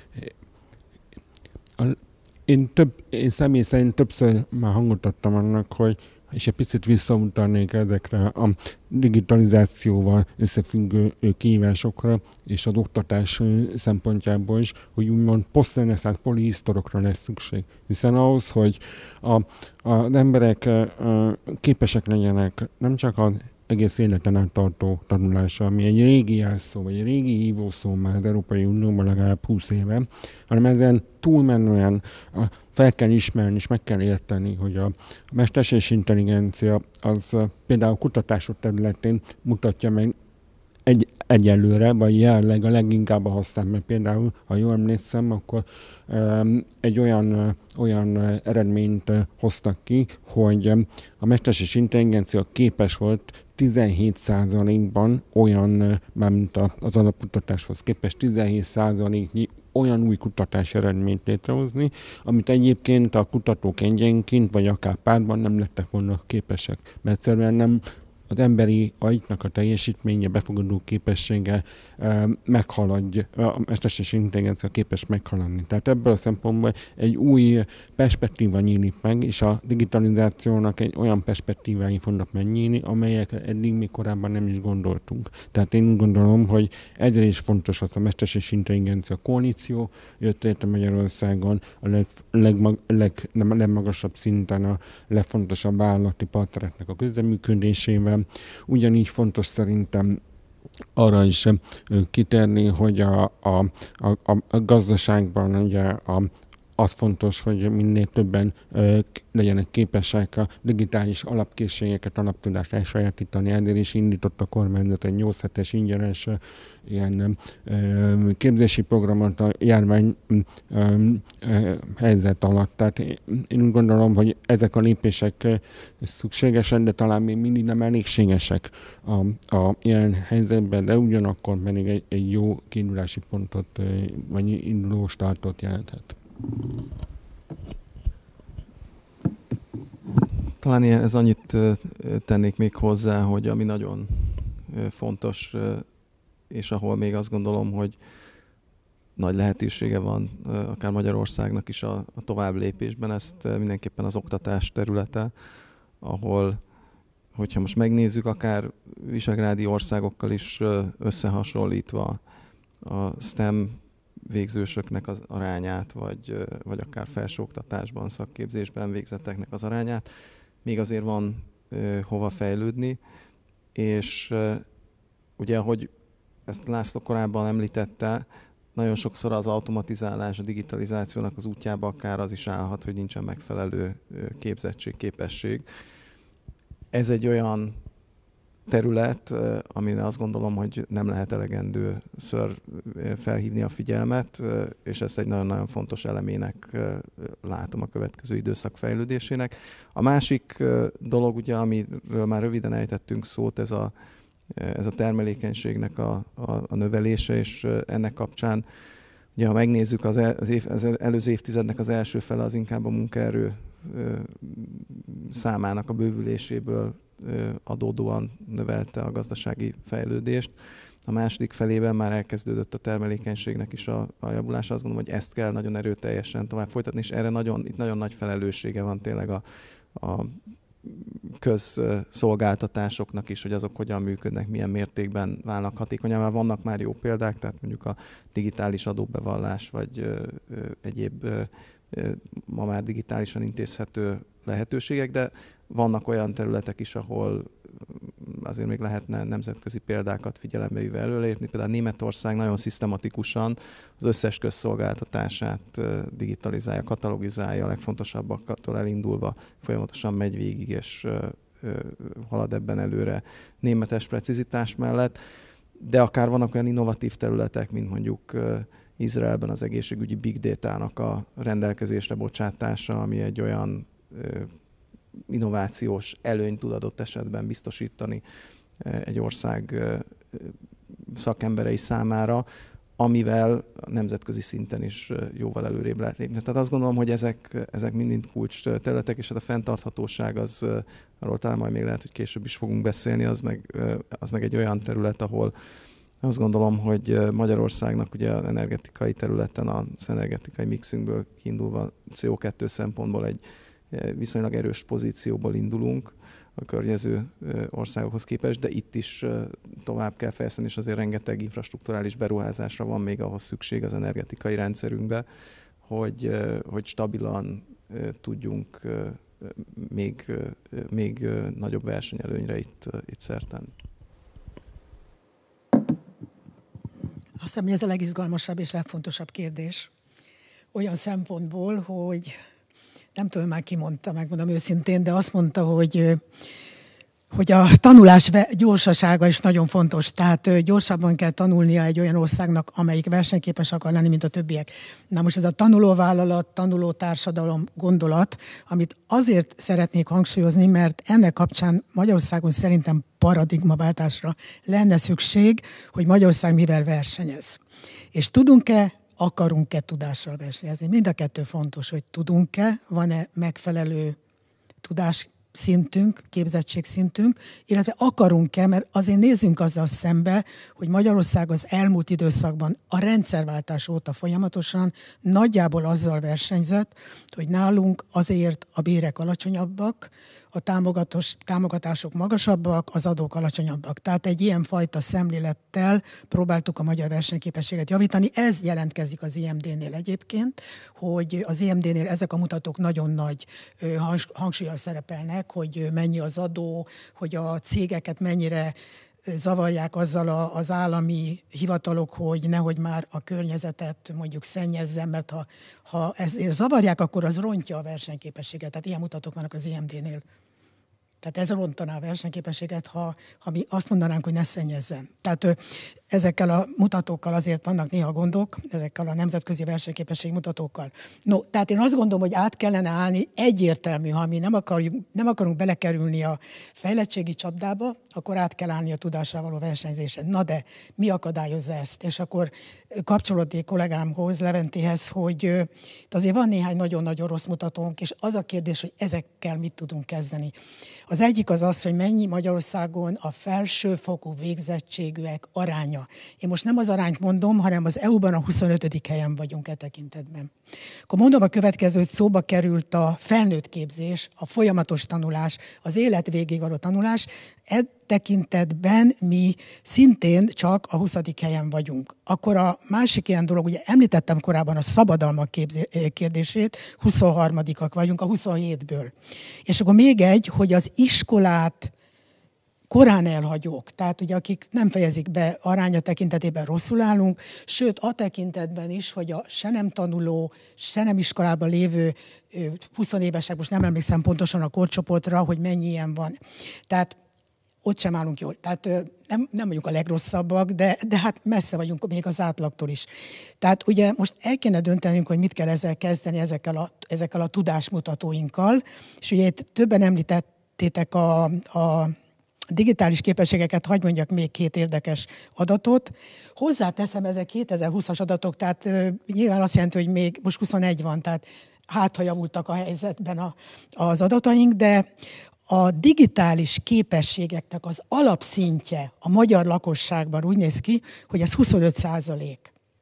Én személy szerint többször már hangot adtam annak, hogy és egy picit visszautalnék ezekre a digitalizációval összefüggő kihívásokra, és az oktatás szempontjából is, hogy úgymond posztreneszánsz polihisztorokra lesz szükség. Hiszen ahhoz, hogy az emberek képesek legyenek nem csak az egész életen át tartó tanulása, ami egy régi jelszó, vagy egy régi hívószó már az Európai Unióban legalább 20 éve, hanem ezen túlmenően fel kell ismerni és meg kell érteni, hogy a mesterséges intelligencia az például kutatások területén mutatja meg egyelőre, vagy jelenleg a leginkább a használ, mert például, ha jól emlékszem, akkor egy olyan eredményt hoztak ki, hogy a mesterséges intelligencia képes volt 17%-ban olyan, mármint az alapkutatáshoz képest 17%-nyi olyan új kutatás eredményt létrehozni, amit egyébként a kutatók egyenként, vagy akár párban nem lettek volna képesek. Mert egyszerűen nem az emberi agynak a teljesítménye, befogadó képessége meghaladja, a mesterséges intelligencia képes meghaladni. Tehát ebből a szempontból egy új perspektíva nyílik meg, és a digitalizációnak egy olyan perspektívái fognak megnyílni, amelyek eddig még korábban nem is gondoltunk. Tehát én úgy gondolom, hogy ezért is fontos az a mesterséges intelligencia koalíció, jött létre Magyarországon a legmagasabb szinten a legfontosabb vállalati partnereknek a közreműködésével. Ugyanígy fontos szerintem arra is kitérni, hogy a gazdaságban ugye az fontos, hogy minél többen legyenek képesek a digitális alapkészségeket, alaptudást elsajátítani. Ezért is indított a kormányzat egy 8 hetes ingyenes ilyen képzési programot a járvány helyzet alatt. Tehát én úgy gondolom, hogy ezek a lépések szükségesek, de talán még mindig nem elégségesek a ilyen helyzetben, de ugyanakkor pedig egy jó kiindulási pontot, vagy induló startot jelenthet. Talán ez annyit tennék még hozzá, hogy ami nagyon fontos, és ahol még azt gondolom, hogy nagy lehetősége van akár Magyarországnak is a tovább lépésben, ezt mindenképpen az oktatás területe, ahol, hogyha most megnézzük, akár visegrádi országokkal is összehasonlítva a STEM végzősöknek az arányát, vagy akár felsőoktatásban, szakképzésben végzetteknek az arányát, még azért van hova fejlődni, és ugye, ahogy ezt László korábban említette, nagyon sokszor az automatizálás, a digitalizációnak az útjába akár az is állhat, hogy nincsen megfelelő képzettség, képesség. Ez egy terület, amire azt gondolom, hogy nem lehet elegendőször felhívni a figyelmet, és ezt egy nagyon-nagyon fontos elemének látom a következő időszak fejlődésének. A másik dolog, ugye, amiről már röviden ejtettünk szót, ez a termelékenységnek a növelése, és ennek kapcsán Ugye, ha megnézzük az előző évtizednek az első fele, az inkább a munkaerő számának a bővüléséből adódóan növelte a gazdasági fejlődést. A második felében már elkezdődött a termelékenységnek is a javulása. Azt gondolom, hogy ezt kell nagyon erőteljesen tovább folytatni, és erre itt nagyon nagy felelőssége van tényleg a közszolgáltatásoknak is, hogy azok hogyan működnek, milyen mértékben válnak hatékonyan. Vannak már jó példák, tehát mondjuk a digitális adóbevallás, vagy egyéb ma már digitálisan intézhető lehetőségek, de vannak olyan területek is, ahol azért még lehetne nemzetközi példákat figyelembe véve előrelépni. Például Németország nagyon szisztematikusan az összes közszolgáltatását digitalizálja, katalogizálja, a legfontosabbaktól elindulva folyamatosan megy végig, és halad ebben előre németes precizitás mellett. De akár vannak olyan innovatív területek, mint mondjuk Izraelben az egészségügyi big data-nak a rendelkezésre bocsátása, ami egy olyan innovációs előnyt tud adott esetben biztosítani egy ország szakemberei számára, amivel nemzetközi szinten is jóval előrébb lehet lépni. Tehát azt gondolom, hogy ezek mind kulcs területek, és hát a fenntarthatóság arról talán majd még lehet, hogy később is fogunk beszélni, az meg egy olyan terület, ahol azt gondolom, hogy Magyarországnak ugye az energetikai területen, az energetikai mixünkből kiindulva CO2 szempontból egy viszonylag erős pozícióból indulunk a környező országokhoz képest, de itt is tovább kell fejleszteni, és azért rengeteg infrastrukturális beruházásra van még ahhoz szükség az energetikai rendszerünkbe, hogy stabilan tudjunk még nagyobb versenyelőnyre itt szert tenni. Azt hiszem, hogy ez a legizgalmasabb és legfontosabb kérdés. Olyan szempontból, hogy nem tudom, már ki mondta, megmondom őszintén, de azt mondta, hogy a tanulás gyorsasága is nagyon fontos. Tehát gyorsabban kell tanulnia egy olyan országnak, amelyik versenyképes akar lenni, mint a többiek. Na most ez a tanulóvállalat, tanuló társadalom gondolat, amit azért szeretnék hangsúlyozni, mert ennek kapcsán Magyarországon szerintem paradigmaváltásra lenne szükség, hogy Magyarország mivel versenyez. És tudunk-e, akarunk-e tudással versenyezni? Mind a kettő fontos, hogy tudunk-e, van-e megfelelő tudásszintünk, képzettségszintünk, illetve akarunk-e, mert azért nézzünk azzal szembe, hogy Magyarország az elmúlt időszakban a rendszerváltás óta folyamatosan nagyjából azzal versenyzett, hogy nálunk azért a bérek alacsonyabbak, a támogatások magasabbak, az adók alacsonyabbak. Tehát egy ilyenfajta szemlélettel próbáltuk a magyar versenyképességet javítani. Ez jelentkezik az IMD-nél egyébként, hogy az IMD-nél ezek a mutatók nagyon nagy hangsúllyal szerepelnek, hogy mennyi az adó, hogy a cégeket mennyire zavarják azzal az állami hivatalok, hogy nehogy már a környezetet mondjuk szennyezzen, mert ha ezért zavarják, akkor az rontja a versenyképességet. Tehát ilyen mutatók vannak az IMD-nél. Tehát ez rontaná a versenyképességet, ha mi azt mondanánk, hogy ne szennyezzen. Tehát ezekkel a mutatókkal azért vannak néha gondok, ezekkel a nemzetközi versenyképesség mutatókkal. No, tehát én azt gondolom, hogy át kellene állni, egyértelmű, ha mi nem akarunk belekerülni a fejlettségi csapdába, akkor át kell állni a tudással való versenyzésen. Na de mi akadályozza ezt? És akkor kapcsolódnék kollégámhoz, Leventéhez, hogy itt azért van néhány nagyon-nagyon rossz mutatónk, és az a kérdés, hogy ezekkel mit tudunk kezdeni. Az egyik az, hogy mennyi Magyarországon a felsőfokú végzettségűek aránya. Én most nem az arányt mondom, hanem az EU-ban a 25. helyen vagyunk e tekintetben. Akkor mondom a következőt, szóba került a felnőtt képzés, a folyamatos tanulás, az élet végig való tanulás. E tekintetben mi szintén csak a 20. helyen vagyunk. Akkor a másik ilyen dolog, ugye említettem korábban a szabadalmak kérdését, 23-ak vagyunk a 27-ből. És akkor még egy, hogy az iskolát korán elhagyók, tehát ugye akik nem fejezik be aránya tekintetében rosszul állunk, sőt a tekintetben is, hogy a se nem tanuló, se nem iskolában lévő 20 évesek, most nem emlékszem pontosan a korcsoportra, hogy mennyi ilyen van. Tehát ott sem állunk jól. Tehát nem vagyunk a legrosszabbak, de hát messze vagyunk még az átlagtól is. Tehát ugye most el kéne döntenünk, hogy mit kell ezzel kezdeni, ezekkel a tudásmutatóinkkal. És ugye itt többen említettétek digitális képességeket, hadd mondjak még 2 érdekes adatot. Hozzáteszem, ezek 2020-as adatok, tehát nyilván azt jelenti, hogy még most 21 van, tehát hát, ha javultak a helyzetben az adataink, de a digitális képességeknek az alapszintje a magyar lakosságban úgy néz ki, hogy ez 25%.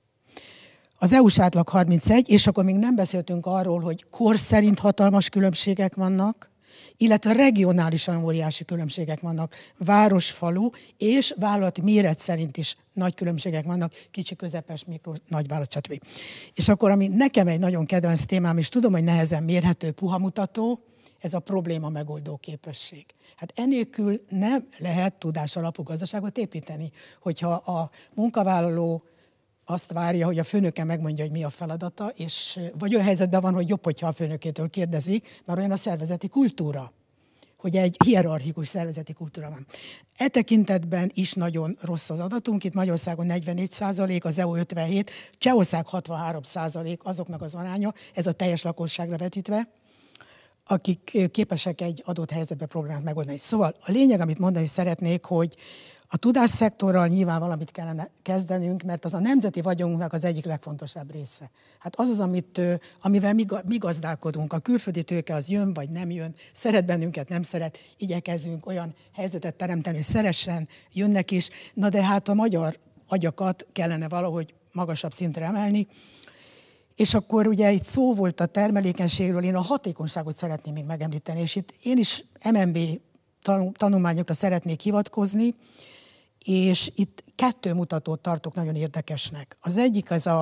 Az EU-s átlag 31, és akkor még nem beszéltünk arról, hogy kor szerint hatalmas különbségek vannak, illetve regionálisan óriási különbségek vannak. Város, falu és vállalati méret szerint is nagy különbségek vannak, kicsi, közepes, mikro, nagyvállalat, stb. És akkor, ami nekem egy nagyon kedvenc témám, és tudom, hogy nehezen mérhető, puha mutató, ez a probléma megoldó képesség. Hát enélkül nem lehet tudás alapú gazdaságot építeni, hogyha a munkavállaló azt várja, hogy a főnöke megmondja, hogy mi a feladata, és vagy olyan helyzetben van, hogy jobb, hogyha a főnökétől kérdezi, mert olyan a szervezeti kultúra, hogy egy hierarchikus szervezeti kultúra van. E tekintetben is nagyon rossz az adatunk, itt Magyarországon 44%, az EU 57%, Csehország 63% azoknak az aránya, ez a teljes lakosságra vetítve, akik képesek egy adott helyzetben problémát megoldani. Szóval a lényeg, amit mondani szeretnék, hogy a tudásszektorral nyilván valamit kellene kezdenünk, mert az a nemzeti vagyonunknak az egyik legfontosabb része. Hát az az, amivel mi gazdálkodunk. A külföldi tőke az jön, vagy nem jön, szeret bennünket, nem szeret, igyekezzünk olyan helyzetet teremteni, hogy szeressen, jönnek is. Na de hát a magyar agyakat kellene valahogy magasabb szintre emelni. És akkor ugye itt szó volt a termelékenységről, én a hatékonyságot szeretném még megemlíteni, és itt én is MNB tanulmányokra szeretnék hivatkozni, és itt 2 mutatót tartok nagyon érdekesnek. Az egyik az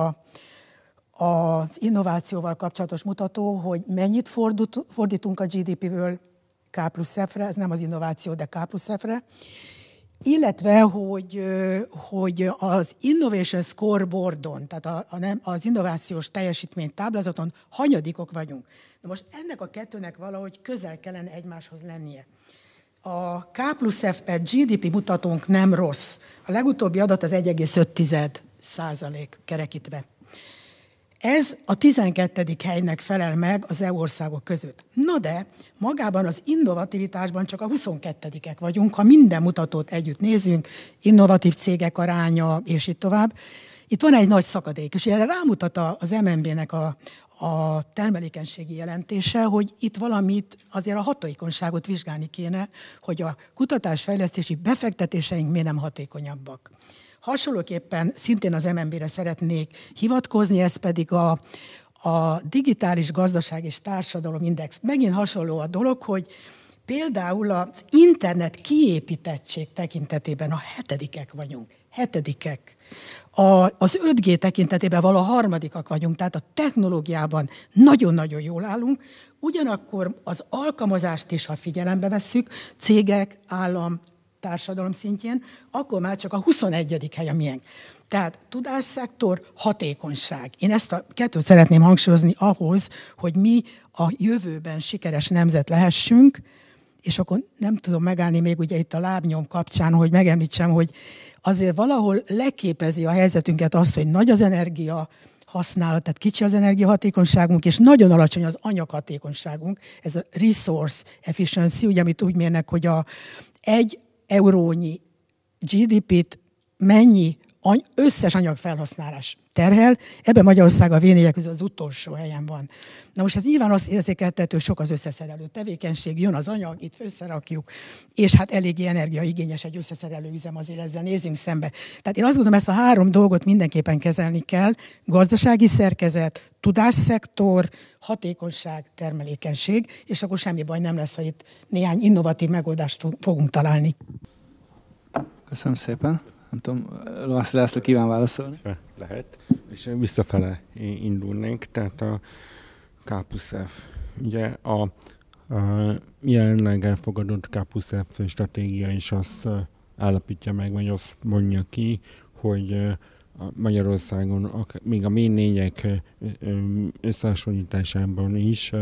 az innovációval kapcsolatos mutató, hogy mennyit fordítunk a GDP-ből K+F-re, ez nem az innováció, de K+F-re, illetve, hogy az Innovation Scoreboardon, tehát az innovációs teljesítmény táblázaton hanyadikok vagyunk. Na most ennek a 2-nek valahogy közel kellene egymáshoz lennie. A K+F per GDP mutatónk nem rossz. A legutóbbi adat az 1,5% kerekítve. Ez a 12. helynek felel meg az EU országok között. Na de magában az innovativitásban csak a 22-ek vagyunk, ha minden mutatót együtt nézünk, innovatív cégek aránya, és így tovább. Itt van egy nagy szakadék, és erre rámutat az MNB-nek a termelékenységi jelentése, hogy itt valamit, azért a hatékonyságot vizsgálni kéne, hogy a kutatásfejlesztési befektetéseink miért nem hatékonyabbak. Hasonlóképpen szintén az MNB-re szeretnék hivatkozni, ez pedig a digitális gazdaság és társadalom index. Megint hasonló a dolog, hogy például az internet kiépítettség tekintetében a 7-ek vagyunk. 7-ek. Az 5G tekintetében a 3. vagyunk, tehát a technológiában nagyon-nagyon jól állunk, ugyanakkor az alkalmazást is, ha figyelembe vesszük, cégek, állam, társadalom szintjén, akkor már csak a 21. hely a miénk. Tehát tudásszektor, hatékonyság. Én ezt a 2-t szeretném hangsúlyozni ahhoz, hogy mi a jövőben sikeres nemzet lehessünk, és akkor nem tudom megállni még ugye itt a lábnyom kapcsán, hogy megemlítsem, hogy azért valahol leképezi a helyzetünket az, hogy nagy az energia használat, tehát kicsi az energiahatékonyságunk, és nagyon alacsony az anyaghatékonyságunk. Ez a resource efficiency, ugye, amit úgy mérnek, hogy 1 eurónyi GDP-t mennyi összes anyagfelhasználás terhel, ebben Magyarország a V4-ek közül az utolsó helyen van. Na most ez nyilván azt érzékeltető, sok az összeszerelő tevékenység, jön az anyag, itt összerakjuk, és hát eléggé energiaigényes egy összeszerelő üzem, azért ezzel nézzünk szembe. Tehát én azt gondolom, ezt a 3 dolgot mindenképpen kezelni kell, gazdasági szerkezet, tudásszektor, hatékonyság, termelékenység, és akkor semmi baj nem lesz, ha itt néhány innovatív megoldást fogunk találni. Köszönöm szépen. Nem tudom, Lovász László kíván válaszolni? Lehet. És visszafele indulnénk, tehát a K+F. Ugye a jelenleg elfogadott K+F stratégia is azt állapítja meg, vagy azt mondja ki, hogy Magyarországon még a V4-ek összehasonlításában is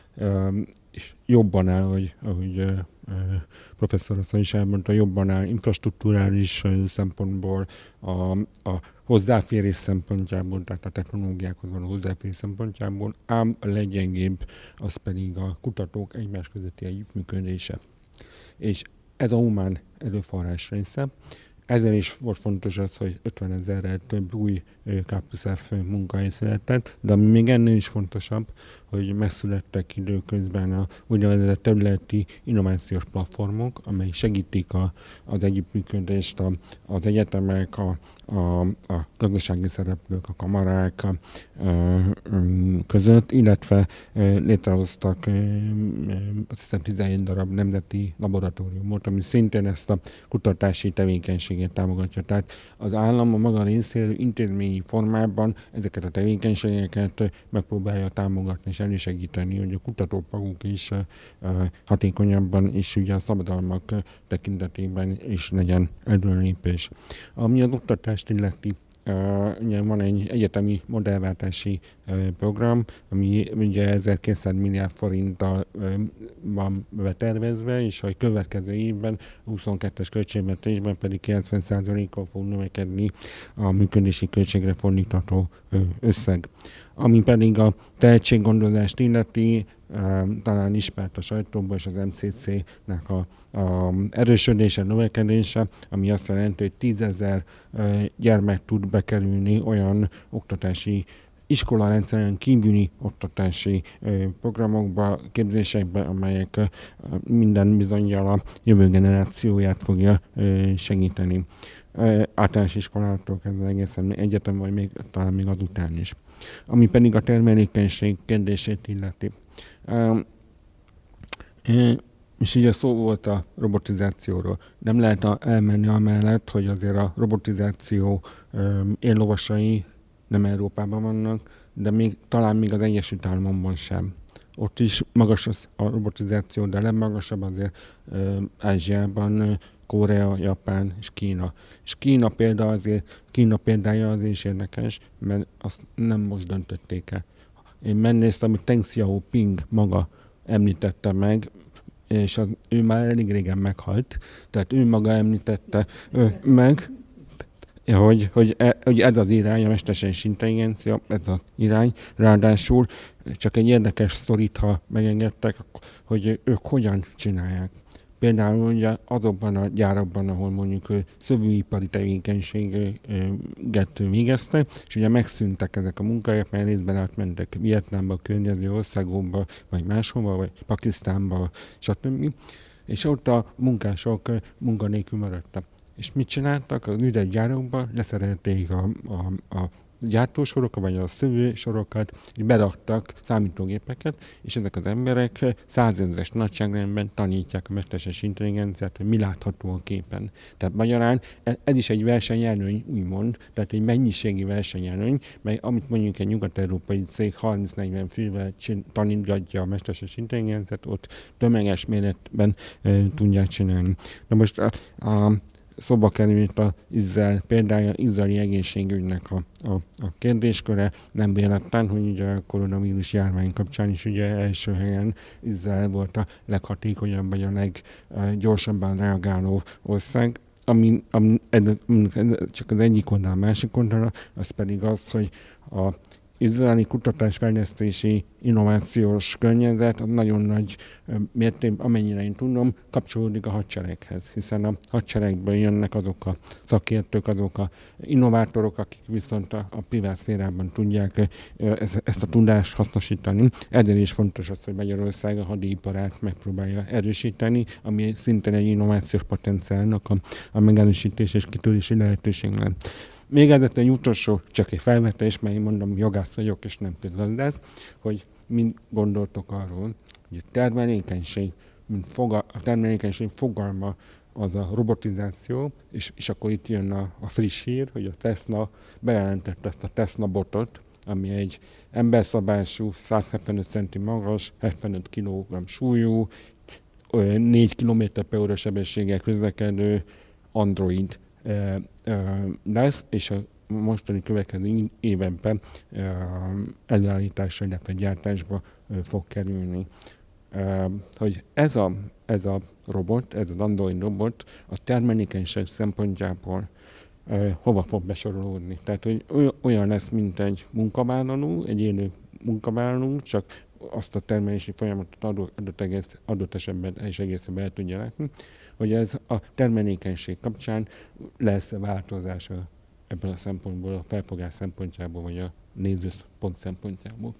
és jobban áll, ahogy professzor asszony is elmondta, jobban áll infrastrukturális szempontból, a hozzáférés szempontjából, tehát a technológiákhoz való hozzáférés szempontjából, ám a leggyengébb az pedig a kutatók egymás közötti együttműködése. És Ez a humán erőforrás része. Ezzel is volt fontos az, hogy 50 000-rel több új K+F munkahely született, de ami még ennél is fontosabb, hogy megszülettek időközben a úgynevezett területi innovációs platformok, amely segítik az együttműködést az egyetemek, a gazdasági szereplők, a kamarák között, illetve létrehoztak azt hiszem 17 darab nemzeti laboratóriumot, ami szintén ezt a kutatási tevékenységet támogatja. Tehát az állam a maga részéről intézményi formában ezeket a tevékenységeket megpróbálja támogatni és elősegíteni, hogy a kutatók maguk is hatékonyabban és ugye a szabadalmak tekintetében is legyen előrelépés. Ami az oktatást illeti, van egy egyetemi modellváltási program, ami ugye 1200 milliárd forinttal van betervezve, és a következő évben, 22-es költségvetésben pedig 90%-kal fog növekedni a működési költségre fordítható összeg. Ami pedig a tehetséggondozást illeti, talán ismert a sajtóban és az MCC-nek a erősödése, növekedése, ami azt jelenti, hogy 10 000 gyermek tud bekerülni olyan oktatási iskolarendszeren kívüli oktatási programokba, képzésekbe, amelyek minden bizonnyal a jövő generációját fogja segíteni. Általános iskolától kezdve egészen egyetem, vagy még, talán még azután is. Ami pedig a termelékenység kérdését illeti. És így a szó volt a robotizációról. Nem lehet elmenni amellett, hogy azért a robotizáció éllovasai nem Európában vannak, de talán még az Egyesült Államokban sem. Ott is magas a robotizáció, de legmagasabb azért Ázsiában, Korea, Japán és Kína. És Kína példája azért is érdekes, mert azt nem most döntötték el. Én megnéztem, hogy Deng Xiaoping maga említette meg, és ő már elég régen meghalt, tehát ő maga említette meg, hogy ez az irány, a mesterséges intelligencia, ez az irány, ráadásul csak egy érdekes sztorit, ha megengedtek, hogy ők hogyan csinálják. Például ugye azokban a gyárakban, ahol mondjuk szövőipari tevékenységet végeztek, és ugye megszűntek ezek a munkahelyek, mert részben átmentek Vietnámba, a környező országokba, vagy máshova, vagy Pakisztánba, stb. És ott a munkások munkanélkül maradtak. És mit csináltak? Az üzletgyárakban leszerelték a gyártósorokat, vagy a szövősorokat, és beraktak számítógépeket, és ezek az emberek 100 000-es nagyságrendben tanítják a mesterséges intelligenciát, hogy mi látható a képen. Tehát magyarán ez is egy versenyelőny, úgymond, tehát egy mennyiségi versenyelőny, mely amit mondjuk egy nyugat-európai cég 30-40 fővel tanítgatja a mesterséges intelligenciát, ott tömeges méretben tudják csinálni. Na most szóba került az Izrael példája, izraeli egészségügynek a kérdésköre. Nem véletlen, hogy ugye a koronavírus járvány kapcsán is ugye első helyen Izrael volt a leghatékonyabb, vagy a leggyorsabban reagáló ország. Ami csak az egyik oldal, a másik oldal, az pedig az, hogy a izraeli kutatásfejlesztési innovációs környezet az nagyon nagy mértékben, amennyire én tudom, kapcsolódik a hadsereghez, hiszen a hadseregből jönnek azok a szakértők, azok a innovátorok, akik viszont a privát szférában tudják ezt a tudást hasznosítani. Ezért is fontos az, hogy Magyarország a hadiiparát megpróbálja erősíteni, ami szintén egy innovációs potenciálnak a megerősítés és kitörési lehetőség lenne. Még egy utolsó, csak egy felvetés, mert én mondom, jogász vagyok, és nem közgazdász, hogy mind gondoltok arról, hogy a termelékenység, a termelékenység fogalma az a robotizáció, és akkor itt jön a friss hír, hogy a Tesla bejelentette ezt a Tesla botot, ami egy emberszabású, 175 cm magas, 75 kg súlyú, 4 km/h sebességgel közlekedő android lesz, és a mostani következő években előállításra, illetve gyártásba fog kerülni. Hogy ez a robot, ez az android robot a termelékenység szempontjából hova fog besorolódni. Tehát, hogy olyan lesz, mint egy munkavállaló, egy élő munkavállaló, csak azt a termelési folyamatot adott esetben és egészében el tudja látni, hogy ez a termelékenység kapcsán lesz változása ebből a szempontból, a felfogás szempontjából, vagy a nézőpont szempontjából.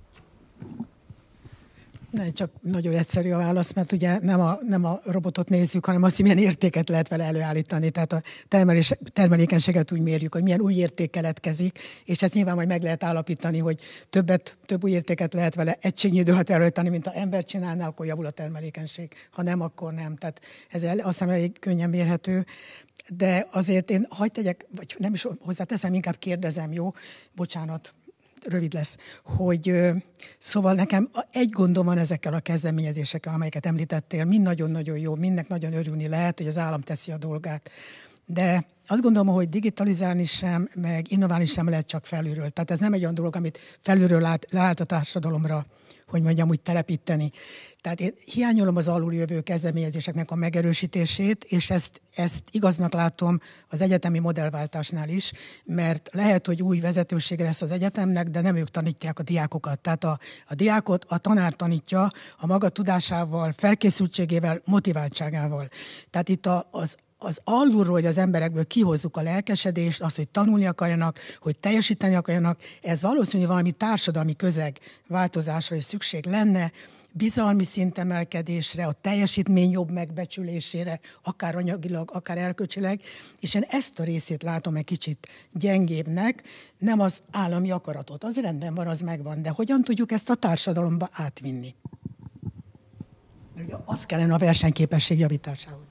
Ne, csak nagyon egyszerű a válasz, mert ugye nem a robotot nézzük, hanem azt, hogy milyen értéket lehet vele előállítani. Tehát a termelékenységet úgy mérjük, hogy milyen új érték keletkezik, és ezt nyilván majd meg lehet állapítani, hogy több új értéket lehet vele egységnyi idő alatt előállítani, mint ha ember csinálná, akkor javul a termelékenység. Ha nem, akkor nem. Tehát ez azt hiszem elég könnyen mérhető. De azért én hagyd tegyek, vagy nem is hozzáteszem, inkább kérdezem, jó? Bocsánat, rövid lesz, hogy szóval nekem egy gondom van ezekkel a kezdeményezésekkel, amelyeket említettél, mind nagyon-nagyon jó, mindnek nagyon örülni lehet, hogy az állam teszi a dolgát. De azt gondolom, hogy digitalizálni sem, meg innoválni sem lehet csak felülről. Tehát ez nem egy olyan dolog, amit felülről lát a társadalomra, hogy mondjam, úgy telepíteni. Tehát én hiányolom az aluljövő kezdeményezéseknek a megerősítését, és ezt igaznak látom az egyetemi modellváltásnál is, mert lehet, hogy új vezetősége lesz az egyetemnek, de nem ők tanítják a diákokat. Tehát a diákot a tanár tanítja a maga tudásával, felkészültségével, motiváltságával. Tehát itt az alulról, hogy az emberekből kihozzuk a lelkesedést, azt, hogy tanulni akarjanak, hogy teljesíteni akarjanak, ez valószínűleg valami társadalmi közeg változásra is szükség lenne, bizalmi szintemelkedésre, a teljesítmény jobb megbecsülésére, akár anyagilag, akár erkölcsileg, és én ezt a részét látom egy kicsit gyengébbnek, nem az állami akaratot. Az rendben van, az megvan, de hogyan tudjuk ezt a társadalomba átvinni? Mert ugye az kellene a versenyképesség javításához.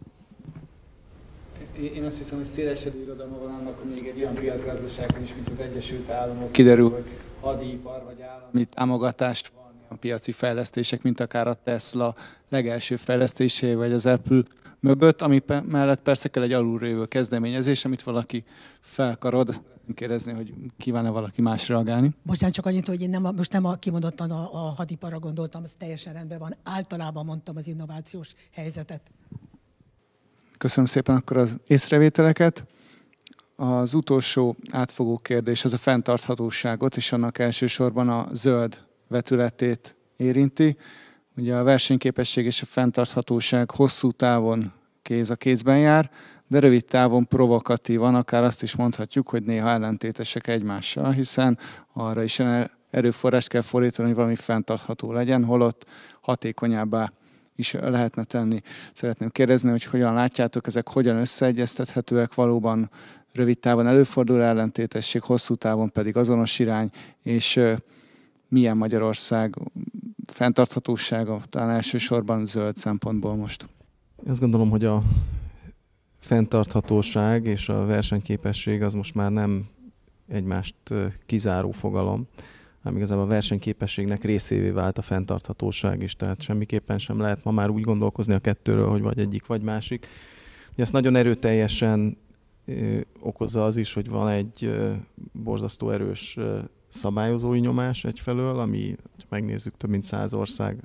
Én azt hiszem, hogy szélesedő irodalma van annak, hogy még egy olyan piacgazdaságban is, mint az Egyesült Államok. Kiderül, hogy hadipar vagy állami támogatást van, olyan piaci fejlesztések, mint akár a Tesla legelső fejlesztésé, vagy az Apple mögött, ami mellett persze kell egy alulról jövő kezdeményezés, amit valaki felkarol, de szeretném kérdezni, hogy kíván-e valaki más reagálni. Bocsánat, csak annyit, hogy én most nem kimondottan a hadiparra gondoltam, az teljesen rendben van. Általában mondtam az innovációs helyzetet. Köszönöm szépen akkor az észrevételeket. Az utolsó átfogó kérdés az a fenntarthatóságot, és annak elsősorban a zöld vetületét érinti. Ugye a versenyképesség és a fenntarthatóság hosszú távon kéz a kézben jár, de rövid távon provokatívan, akár azt is mondhatjuk, hogy néha ellentétesek egymással, hiszen arra is erőforrást kell fordítani, hogy valami fenntartható legyen, holott hatékonyabbá is lehetne tenni. Szeretném kérdezni, hogy hogyan látjátok, ezek hogyan összeegyeztethetőek, valóban rövid távon előfordul ellentétesség, hosszú távon pedig azonos irány, és milyen Magyarország fenntarthatósága, talán elsősorban zöld szempontból most? Azt gondolom, hogy a fenntarthatóság és a versenyképesség az most már nem egymást kizáró fogalom, hanem igazából a versenyképességnek részévé vált a fenntarthatóság is, tehát semmiképpen sem lehet ma már úgy gondolkozni a kettőről, hogy vagy egyik, vagy másik. Ugye ezt nagyon erőteljesen okozza az is, hogy van egy borzasztó erős szabályozói nyomás egyfelől, ami, ha megnézzük, több mint 100 ország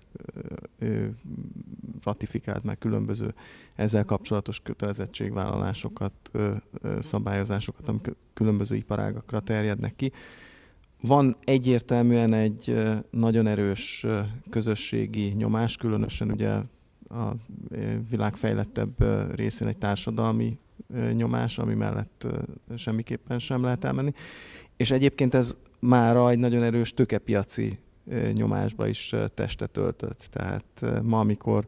ratifikált meg különböző ezzel kapcsolatos kötelezettségvállalásokat, szabályozásokat, amik különböző iparágakra terjednek ki. Van egyértelműen egy nagyon erős közösségi nyomás, különösen ugye a világ fejlettebb részén egy társadalmi nyomás, ami mellett semmiképpen sem lehet elmenni. És egyébként ez mára egy nagyon erős tőkepiaci nyomásba is testet öltött. Tehát ma, amikor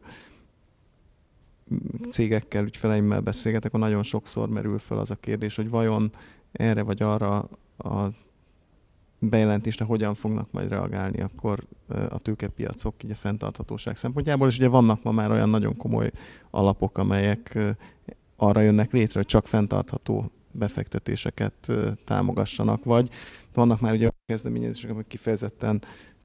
cégekkel, ügyfeleimmel beszélgetek, akkor nagyon sokszor merül fel az a kérdés, hogy vajon erre vagy arra a bejelentésre hogyan fognak majd reagálni akkor a tőkepiacok így a fenntarthatóság szempontjából, és ugye vannak ma már olyan nagyon komoly alapok, amelyek arra jönnek létre, hogy csak fenntartható befektetéseket támogassanak, vagy vannak már ugye kezdeményezések, amik kifejezetten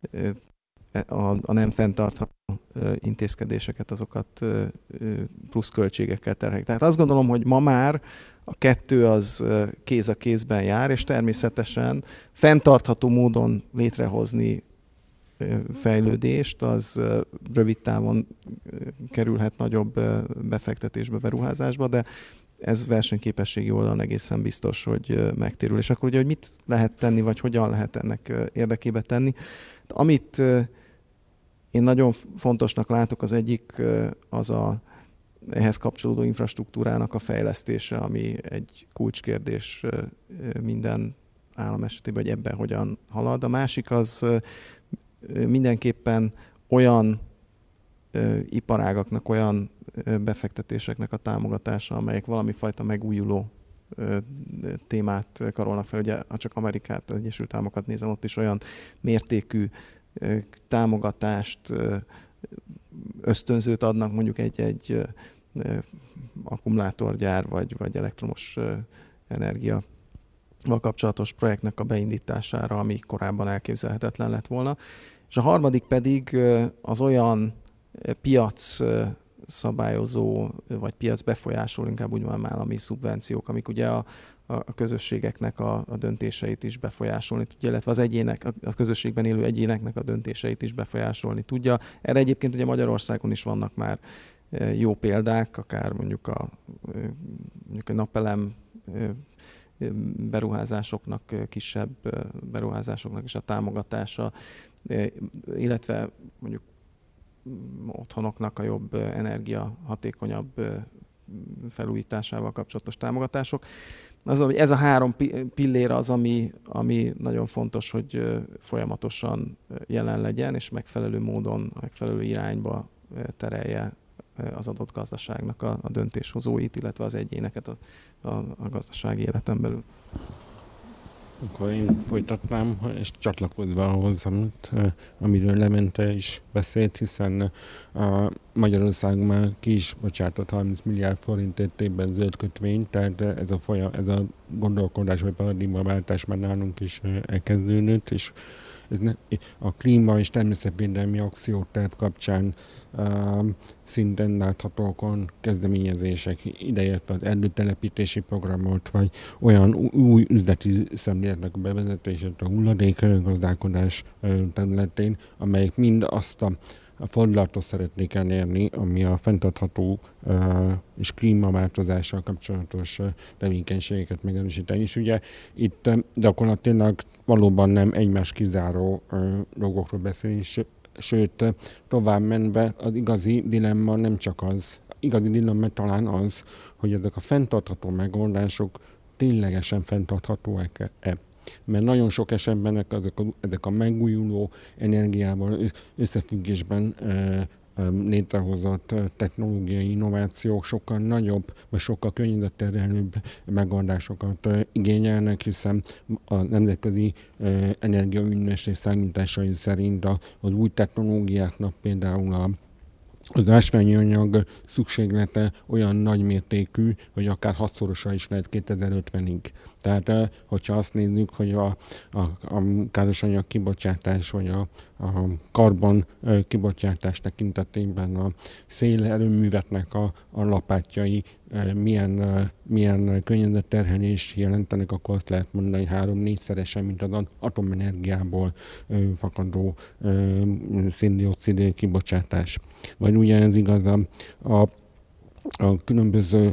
a nem fenntartható intézkedéseket, azokat plusz költségekkel terhelik. Tehát azt gondolom, hogy ma már a kettő az kéz a kézben jár, és természetesen fenntartható módon létrehozni fejlődést, az rövid távon kerülhet nagyobb befektetésbe, beruházásba, de ez versenyképességi oldalon egészen biztos, hogy megtérül. És akkor ugye, hogy mit lehet tenni, vagy hogyan lehet ennek érdekébe tenni. Amit én nagyon fontosnak látok, az egyik az a ehhez kapcsolódó infrastruktúrának a fejlesztése, ami egy kulcskérdés minden állam esetében, hogy ebben hogyan halad. A másik az mindenképpen olyan iparágaknak, olyan befektetéseknek a támogatása, amelyek valami fajta megújuló témát karolnak fel. Ugye, ha csak Amerikát, az Egyesült Államokat nézem, ott is olyan mértékű támogatást, ösztönzőt adnak mondjuk egy akkumulátorgyár vagy elektromos energia kapcsolatos projektnek a beindítására, ami korábban elképzelhetetlen lett volna. És a harmadik pedig az olyan piac szabályozó, vagy piac befolyásoló, inkább úgy van állami szubvenciók, amik ugye a közösségeknek a döntéseit is befolyásolni tudja, illetve az egyének, a közösségben élő egyéneknek a döntéseit is befolyásolni tudja. Erre egyébként ugye Magyarországon is vannak már jó példák, akár mondjuk a napelem beruházásoknak, kisebb beruházásoknak is a támogatása, illetve mondjuk otthonoknak a jobb energiahatékonyabb felújításával kapcsolatos támogatások. Azt gondolom, hogy ez a három pillér az, ami nagyon fontos, hogy folyamatosan jelen legyen, és megfelelő módon, megfelelő irányba terelje az adott gazdaságnak a döntéshozóit, illetve az egyéneket a gazdasági életen belül. Akkor én folytatnám, és csatlakozva ahhoz, amiről Levente is beszélt, hiszen Magyarország már ki is bocsátott 30 milliárd forint értékben zöld kötvényt, tehát ez a gondolkodás vagy paradigmaváltás már nálunk is elkezdődött, és a klíma és természetvédelmi akcióterv kapcsán szinten láthatókon kezdeményezések, ideértve az erdőtelepítési programot, vagy olyan új üzleti szemléletnek a bevezetését a hulladékgazdálkodás területén, amelyek mind azt a fordulatot szeretnék elérni, ami a fenntartható és klímaváltozással kapcsolatos tevékenységeket megerősíteni. És ugye itt gyakorlatilag valóban nem egymás kizáró dolgokról beszélni, sőt, tovább menve az igazi dilemma nem csak az, igazi dilemma talán az, hogy ezek a fenntartható megoldások ténylegesen fenntarthatóak-e. Mert nagyon sok esetben ezek a megújuló energiával összefüggésben létrehozott technológiai innovációk sokkal nagyobb, vagy sokkal környezetterhelőbb megoldásokat igényelnek, hiszen a Nemzetközi Energiaügynökség számításai szerint az új technológiáknak például az ásványi anyag szükséglete olyan nagy mértékű, hogy akár 6-szorosa is lehet 2050-ig. Tehát, hogyha azt nézzük, hogy a károsanyag kibocsátás, vagy a karbon kibocsátás tekintetében a szélerőműveknek a lapátjai milyen környezetterhelést jelentenek, akkor azt lehet mondani, hogy 3-4-szeresen, mint az atomenergiából fakadó szén-dioxid kibocsátás. Vagy ugyanez igaz a különböző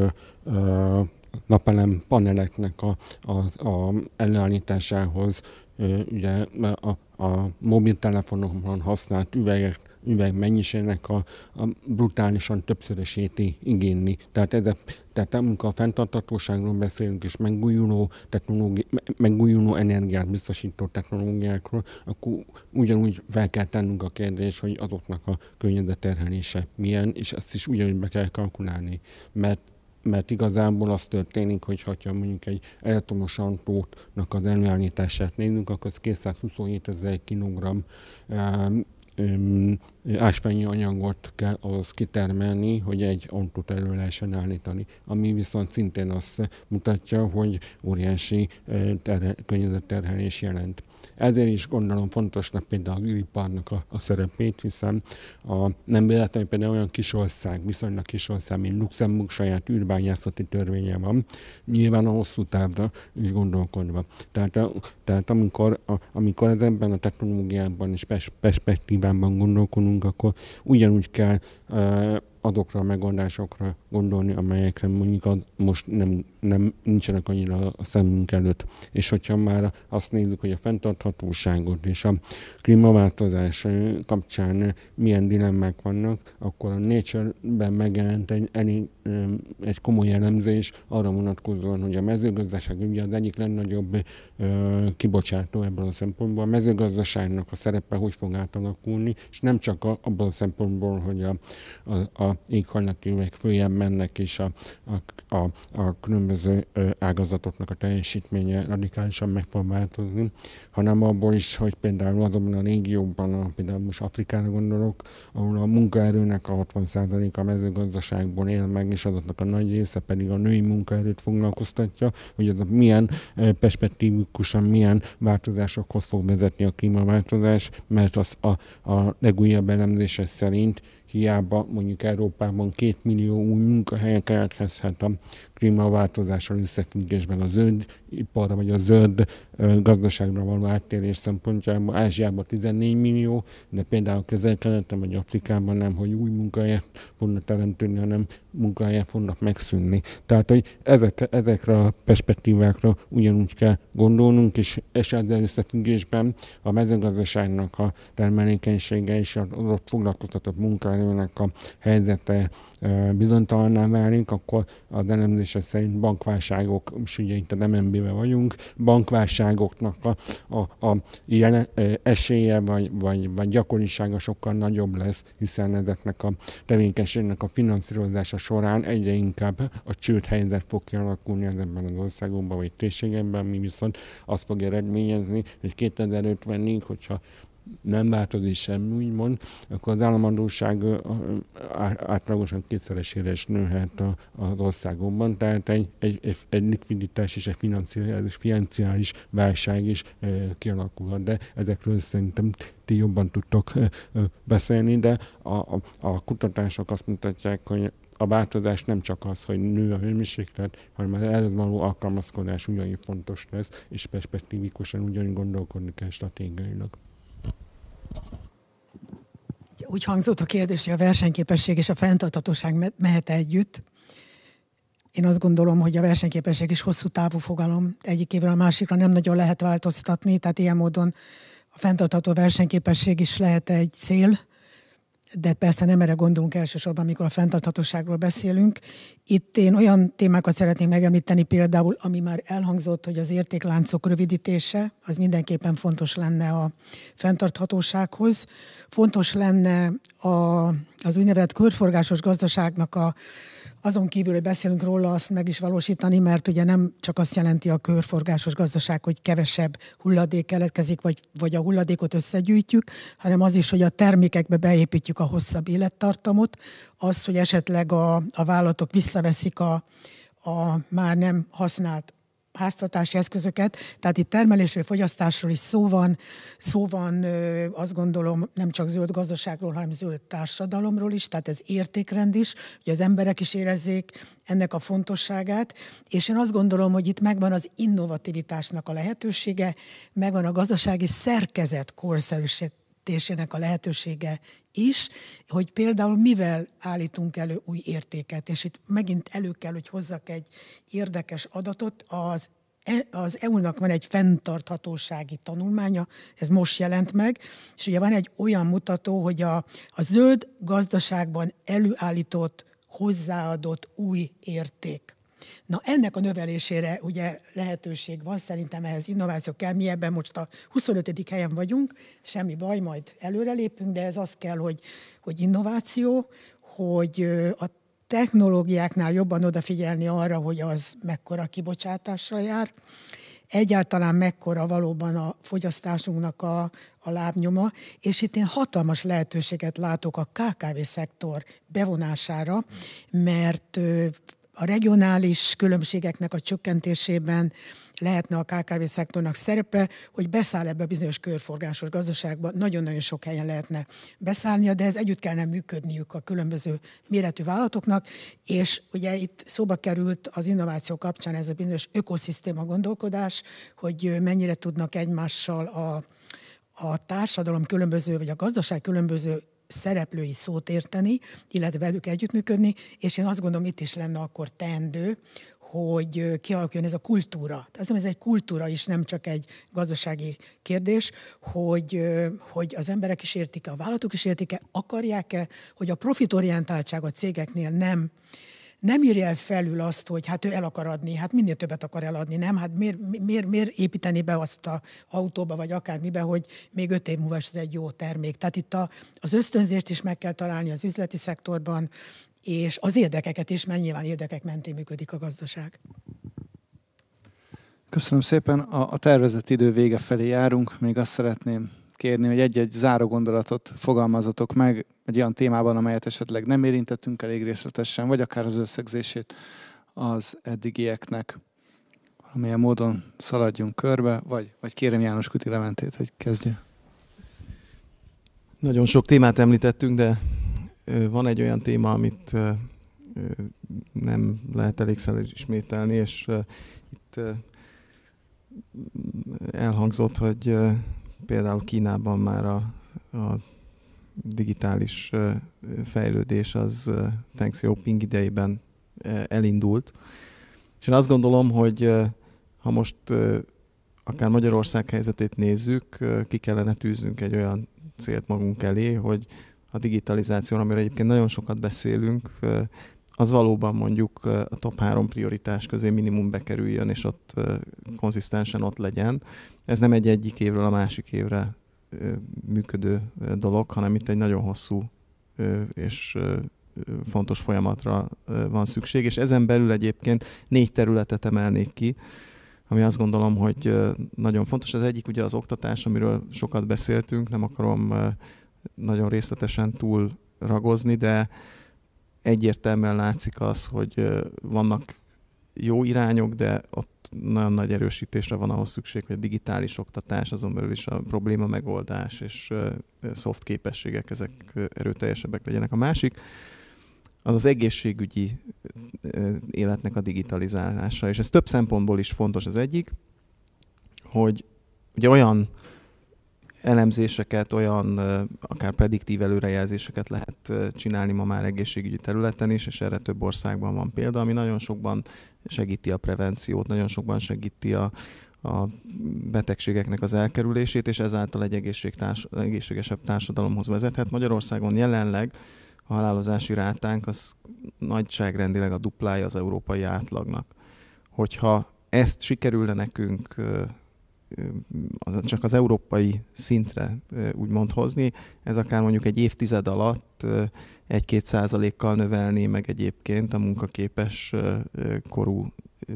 napelem paneleknek a előállításához, ugye a mobiltelefonokban használt üveg mennyiségnek a brutálisan többszörösét igényli. Tehát amikor a fenntarthatóságról beszélünk, és megújuló energiát biztosító technológiákról, akkor ugyanúgy fel kell tennünk a kérdést, hogy azoknak a környezetterhelése milyen, és ezt is ugyanúgy be kell kalkulálni. Mert igazából az történik, hogy ha mondjuk egy elektromos autónak az előállítását nézzük, akkor az 227 000 kilogramm ásványi anyagot kell ahhoz kitermelni, hogy egy autót elő lehessen állítani. Ami viszont szintén azt mutatja, hogy óriási környezetterhelés jelent. Ezért is gondolom fontosnak például az űriparnak a szerepét, hiszen nem véletlenül például olyan viszonylag kis ország, mint Luxemburg, saját űrbányászati törvénye van, nyilván a hosszú távra is gondolkodva. Tehát amikor ebben a technológiában és perspektívában gondolkodunk, akkor ugyanúgy kell azokra a megoldásokra gondolni, amelyekre mondjuk most nem nincsenek annyira a szemünk előtt. És hogyha már azt nézzük, hogy a fenntarthatóságot és a klímaváltozás kapcsán milyen dilemmák vannak, akkor a Nature-ben megjelent egy komoly elemzés arra vonatkozóan, hogy a mezőgazdaság ugye az egyik legnagyobb kibocsátó ebből a szempontból. A mezőgazdaságnak a szerepe hogy fog átalakulni, és nem csak abból a szempontból, hogy a éghajlati üveg följebb mennek, és a különböző ágazatoknak a teljesítménye radikálisan meg fog változni, hanem abból is, hogy például azokban a régiókban, például most Afrikára gondolok, ahol a munkaerőnek a 60%-a mezőgazdaságból él meg, és azoknak a nagy része pedig a női munkaerőt foglalkoztatja, hogy ez milyen perspektívikusan, milyen változásokhoz fog vezetni a klímaváltozás, mert az a legújabb elemzése szerint hiába mondjuk Európában 2 millió új munkahely keletkezhet a klímaváltozással összefüggésben a zöld iparra vagy a zöld gazdaságra való áttérés szempontjából. Ázsiában 14 millió, de például Közel-Keleten vagy Afrikában nem, hogy új munkahelyek fognak teremtődni, hanem munkahelyek fognak megszűnni. Tehát, hogy ezekre a perspektívákra ugyanúgy kell gondolnunk, és ezzel összefüggésben a mezőgazdaságnak a termelékenysége és az ott foglalkoztatott munkaerőnek a helyzete bizonytalanná válik, akkor az elemzése szerint bankválságok, és ugye itt az MNB-ben vagyunk, bankválságoknak a esélye vagy gyakorisága sokkal nagyobb lesz, hiszen ezeknek a tevékenységnek a finanszírozása során egyre inkább a csőd helyzet fog kialakulni ezekben az országokban vagy térségekben, mi viszont azt fog eredményezni, hogy 2050-ig, hogyha nem változik semmi, úgymond, akkor az államadósság átlagosan 2-szeresére is nőhet az országokban, tehát egy likviditás és egy financiális válság is kialakulhat, de ezekről szerintem ti jobban tudtok beszélni, de a kutatások azt mutatják, hogy a változás nem csak az, hogy nő a hőmérséklet, hanem az ehhez való alkalmazkodás ugyanúgy fontos lesz, és perspektívikusan ugyanúgy gondolkodni kell stratégiailag. Úgy hangzott a kérdés, hogy a versenyképesség és a fenntarthatóság mehet együtt. Én azt gondolom, hogy a versenyképesség is hosszú távú fogalom. Egyik évről a másikra nem nagyon lehet változtatni, tehát ilyen módon a fenntartható versenyképesség is lehet egy cél, de persze nem erre gondolunk elsősorban, amikor a fenntarthatóságról beszélünk. Itt én olyan témákat szeretnék megemlíteni például, ami már elhangzott, hogy az értékláncok rövidítése, az mindenképpen fontos lenne a fenntarthatósághoz. Fontos lenne az úgynevezett körforgásos gazdaságnak azon kívül, hogy beszélünk róla, azt meg is valósítani, mert ugye nem csak azt jelenti a körforgásos gazdaság, hogy kevesebb hulladék keletkezik, vagy a hulladékot összegyűjtjük, hanem az is, hogy a termékekbe beépítjük a hosszabb élettartamot, az, hogy esetleg a vállalatok visszaveszik a már nem használt háztartási eszközöket, tehát itt termelésről, fogyasztásról is szó van, azt gondolom nem csak zöld gazdaságról, hanem zöld társadalomról is, tehát ez értékrend is, hogy az emberek is érezzék ennek a fontosságát, és én azt gondolom, hogy itt megvan az innovativitásnak a lehetősége, megvan a gazdasági szerkezet korszerűsítésének a lehetősége is, hogy például mivel állítunk elő új értéket, és itt megint elő kell, hogy hozzak egy érdekes adatot, az EU-nak van egy fenntarthatósági tanulmánya, ez most jelent meg, és ugye van egy olyan mutató, hogy a zöld gazdaságban előállított, hozzáadott új érték. Na ennek a növelésére ugye lehetőség van, szerintem ehhez innováció kell, mi ebben most a 25. helyen vagyunk, semmi baj, majd előrelépünk, de ez az kell, hogy innováció, hogy a technológiáknál jobban odafigyelni arra, hogy az mekkora kibocsátásra jár, egyáltalán mekkora valóban a fogyasztásunknak a lábnyoma, és itt én hatalmas lehetőséget látok a KKV-szektor bevonására, mert a regionális különbségeknek a csökkentésében lehetne a KKV-szektornak szerepe, hogy beszáll ebbe a bizonyos körforgásos gazdaságba, nagyon-nagyon sok helyen lehetne beszállnia, de ez együtt kellene működniük a különböző méretű vállalatoknak, és ugye itt szóba került az innováció kapcsán ez a bizonyos ökoszisztéma gondolkodás, hogy mennyire tudnak egymással a társadalom különböző, vagy a gazdaság különböző szereplői szót érteni, illetve velük együttműködni, és én azt gondolom, itt is lenne akkor teendő, hogy kialakuljon ez a kultúra. Ez egy kultúra is, nem csak egy gazdasági kérdés, hogy az emberek is értik-e, a vállalatok is értik-e, akarják-e, hogy a profitorientáltság a cégeknél nem írja el felül azt, hogy hát ő el akar adni, hát minél többet akar eladni, nem? Hát miért építeni be azt az autóba, vagy akármibe, hogy még 5 év múlva ez egy jó termék. Tehát itt az ösztönzést is meg kell találni az üzleti szektorban, és az érdekeket is, mert nyilván érdekek mentén működik a gazdaság. Köszönöm szépen. A tervezett idő vége felé járunk. Még azt szeretném kérni, hogy egy-egy záró gondolatot fogalmazatok meg egy olyan témában, amelyet esetleg nem érintettünk elég részletesen, vagy akár az összegzését az eddigieknek. Valamilyen módon szaladjunk körbe, vagy kérem János Kuti Leventét, hogy kezdje. Nagyon sok témát említettünk, de van egy olyan téma, amit nem lehet elégszer ismételni, és itt elhangzott, hogy például Kínában már a digitális fejlődés az Deng Xiaoping idejében elindult. És én azt gondolom, hogy ha most akár Magyarország helyzetét nézzük, ki kellene tűznünk egy olyan célt magunk elé, hogy a digitalizáció, amiről egyébként nagyon sokat beszélünk, az valóban mondjuk a top 3 prioritás közé minimum bekerüljön, és ott konzisztensen ott legyen. Ez nem egyik évről a másik évre működő dolog, hanem itt egy nagyon hosszú és fontos folyamatra van szükség, és ezen belül egyébként 4 területet emelnék ki, ami azt gondolom, hogy nagyon fontos. Az egyik ugye az oktatás, amiről sokat beszéltünk, nem akarom nagyon részletesen túl ragozni, de egyértelműen látszik az, hogy vannak jó irányok, de ott nagyon nagy erősítésre van ahhoz szükség, hogy a digitális oktatás, azon belül is a probléma megoldás és soft képességek, ezek erőteljesebbek legyenek. A másik az egészségügyi életnek a digitalizálása, és ez több szempontból is fontos. Az egyik, hogy ugye olyan elemzéseket, olyan akár prediktív előrejelzéseket lehet csinálni ma már egészségügyi területen is, és erre több országban van példa, ami nagyon sokban segíti a prevenciót, nagyon sokban segíti a betegségeknek az elkerülését, és ezáltal egy egészségesebb társadalomhoz vezethet. Magyarországon jelenleg a halálozási rátánk az nagyságrendileg a duplája az európai átlagnak. Hogyha ezt sikerülne nekünk csak az európai szintre úgymond hozni, ez akár mondjuk egy évtized alatt 1-2% növelné meg egyébként a munkaképes korú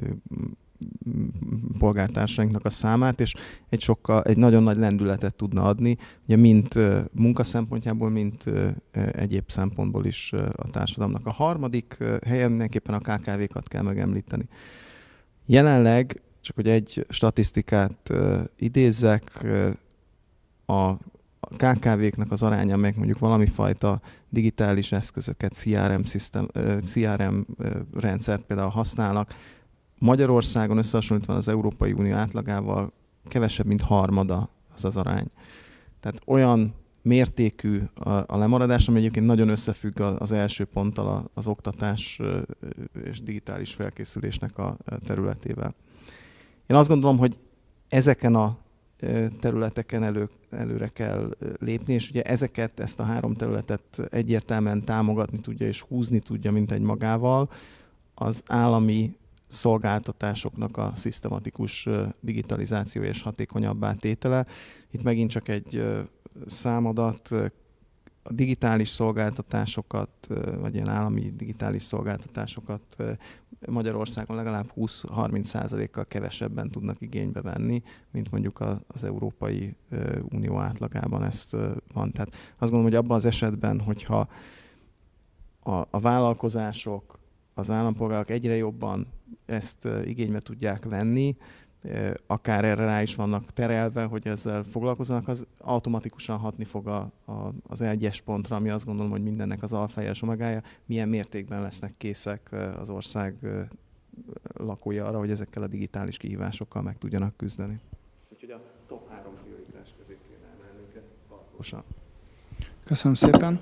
polgártársainknak a számát, és egy nagyon nagy lendületet tudna adni, ugye mind munka szempontjából, mind egyéb szempontból is a társadalomnak. A harmadik helyen mindenképpen a KKV-kat kell megemlíteni. Jelenleg, csak hogy egy statisztikát idézzek, a KKV-knak az aránya, meg mondjuk valami fajta digitális eszközöket, CRM rendszert például használnak, Magyarországon összehasonlítva az Európai Unió átlagával kevesebb, mint harmada az arány. Tehát olyan mértékű a lemaradás, ami egyébként nagyon összefügg az első ponttal, az oktatás és digitális felkészülésnek a területével. Én azt gondolom, hogy ezeken a területeken előre kell lépni, és ugye ezt a 3 területet egyértelműen támogatni tudja és húzni tudja, mint egy magával az állami szolgáltatásoknak a szisztematikus digitalizációja és hatékonyabbá tétele. Itt megint csak egy számadat, a digitális szolgáltatásokat, vagy ilyen állami digitális szolgáltatásokat Magyarországon legalább 20-30%-kal kevesebben tudnak igénybe venni, mint mondjuk az Európai Unió átlagában ez van. Tehát azt gondolom, hogy abban az esetben, hogyha a vállalkozások, az állampolgárok egyre jobban ezt igénybe tudják venni, akár erre rá is vannak terelve, hogy ezzel foglalkoznak, az automatikusan hatni fog az egyes pontra, ami azt gondolom, hogy mindennek az alfája és omegája, milyen mértékben lesznek készek az ország lakói arra, hogy ezekkel a digitális kihívásokkal meg tudjanak küzdeni. Úgyhogy a top 3 prioritás közé kéne emelnünk ezt tartósan. Köszönöm szépen.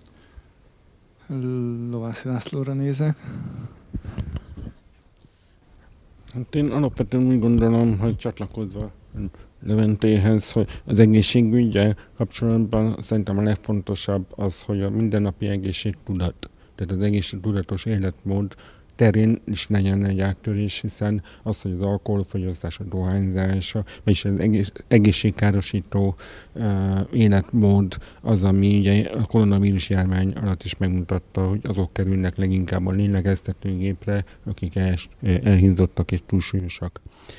Lovászi Lászlóra nézek. Hát én alapvetően úgy gondolom, hogy csatlakozva Leventéhez, hogy az egészségügyel kapcsolatban szerintem a legfontosabb az, hogy a mindennapi egészségtudat, tehát az egészségtudatos életmód terén is legyen egy áttörés, hiszen az, hogy az alkoholfogyasztás, a dohányzás, vagyis az egészségkárosító életmód az, ami ugye a koronavírus járvány alatt is megmutatta, hogy azok kerülnek leginkább a lélegeztetőgépre, akik elhízdottak és túlsúlyosak.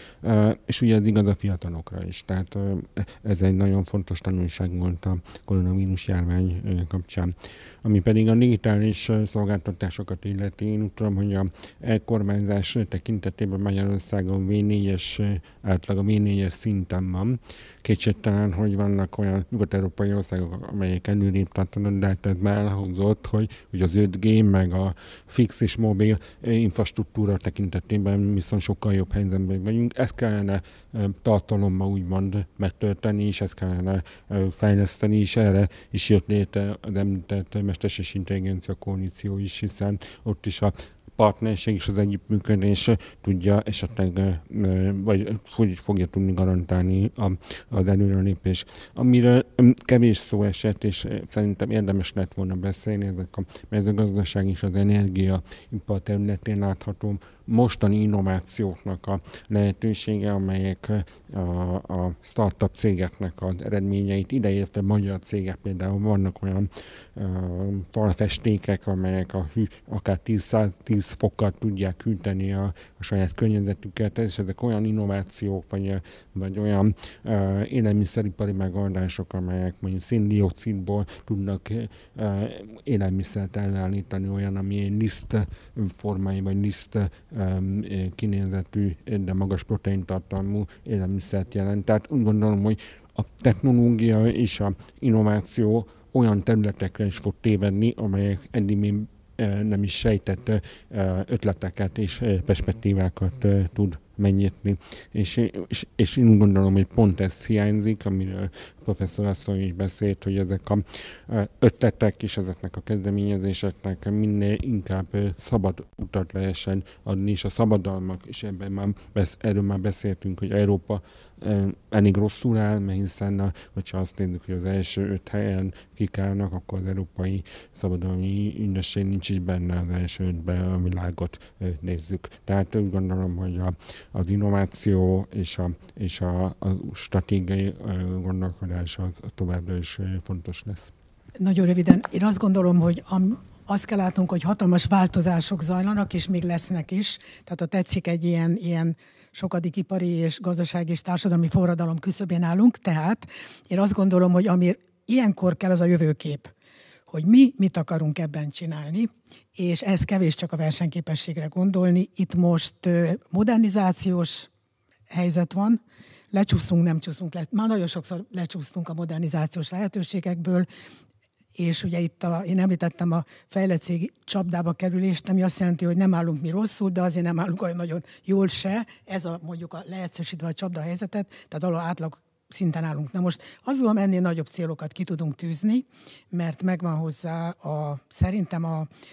És ugye ez igaz a fiatalokra is, tehát ez egy nagyon fontos tanulság volt a koronavírus járvány kapcsán. Ami pedig a digitális szolgáltatásokat illeti, én úgy tudom, hogy a e-kormányzás tekintetében Magyarországon V4-es, átlag a V4-es szinten van. Kétségtelen, hogy vannak olyan nyugat-európai országok, amelyek előrébb tartanak, de hát ez már elhangzott, hogy az 5G meg a fix és mobil infrastruktúra tekintetében viszont sokkal jobb helyzetben vagyunk. Ezt kellene tartalommal úgymond megtölteni, és ezt kellene fejleszteni, és erre is jött létre az említett mesterséges intelligencia koalíció is, hiszen ott is a partnerség és az együttműködés tudja esetleg, vagy fogja tudni garantálni az előrelépés. Amiről kevés szó esett, és szerintem érdemes lett volna beszélni, ezek a mezőgazdaság és az energiaipar területén látható mostani innovációknak a lehetősége, amelyek a startup cégeknek az eredményeit, ideértve magyar cégek például vannak olyan falfestékek, amelyek akár 10 fokkal tudják hűteni a saját környezetüket, és ezek olyan innovációk, vagy olyan élelmiszeripari megoldások, amelyek mondjuk széndioxidból tudnak élelmiszert elállítani, olyan, ami egy liszt formájú, vagy liszt kinézetű, de magas proteintartalmú élelmiszert jelent. Tehát úgy gondolom, hogy a technológia és a innováció olyan területekre is fog tévedni, amelyek eddig még nem is sejtett ötleteket és perspektívákat tud megnyitni. És én úgy gondolom, hogy pont ez hiányzik, amiről a professzor asszony is beszélt, hogy ezek a ötletek és ezeknek a kezdeményezéseknek minél inkább szabad utat lehessen adni, és a szabadalmak, és erről már beszéltünk, hogy Európa elég rosszul áll, mert hiszen, hogyha azt nézzük, hogy az első 5 helyen kik állnak, akkor az Európai Szabadalmi Ügynökség nincs is benne az első 5-ben, a világot nézzük. Tehát úgy gondolom, hogy az innováció és a stratégiai gondolkodás az továbbra is fontos lesz. Nagyon röviden, én azt gondolom, hogy azt kell látnunk, hogy hatalmas változások zajlanak, és még lesznek is. Tehát ha tetszik, egy ilyen sokadik ipari és gazdasági és társadalmi forradalom küszöbén állunk. Tehát én azt gondolom, hogy ami ilyenkor kell, az a jövőkép, hogy mi mit akarunk ebben csinálni, és ez kevés csak a versenyképességre gondolni. Itt most modernizációs helyzet van, lecsúszunk, nem csúszunk le. Már nagyon sokszor lecsúsztunk a modernizációs lehetőségekből, és ugye itt én említettem a fejlett cég csapdába kerülést, ami azt jelenti, hogy nem állunk mi rosszul, de azért nem állunk olyan nagyon jól se. Ez mondjuk leegyszerűsítve a csapda helyzetet, tehát alól átlag szinten állunk. Na most azt gondolom, ennél nagyobb célokat ki tudunk tűzni, mert megvan hozzá szerintem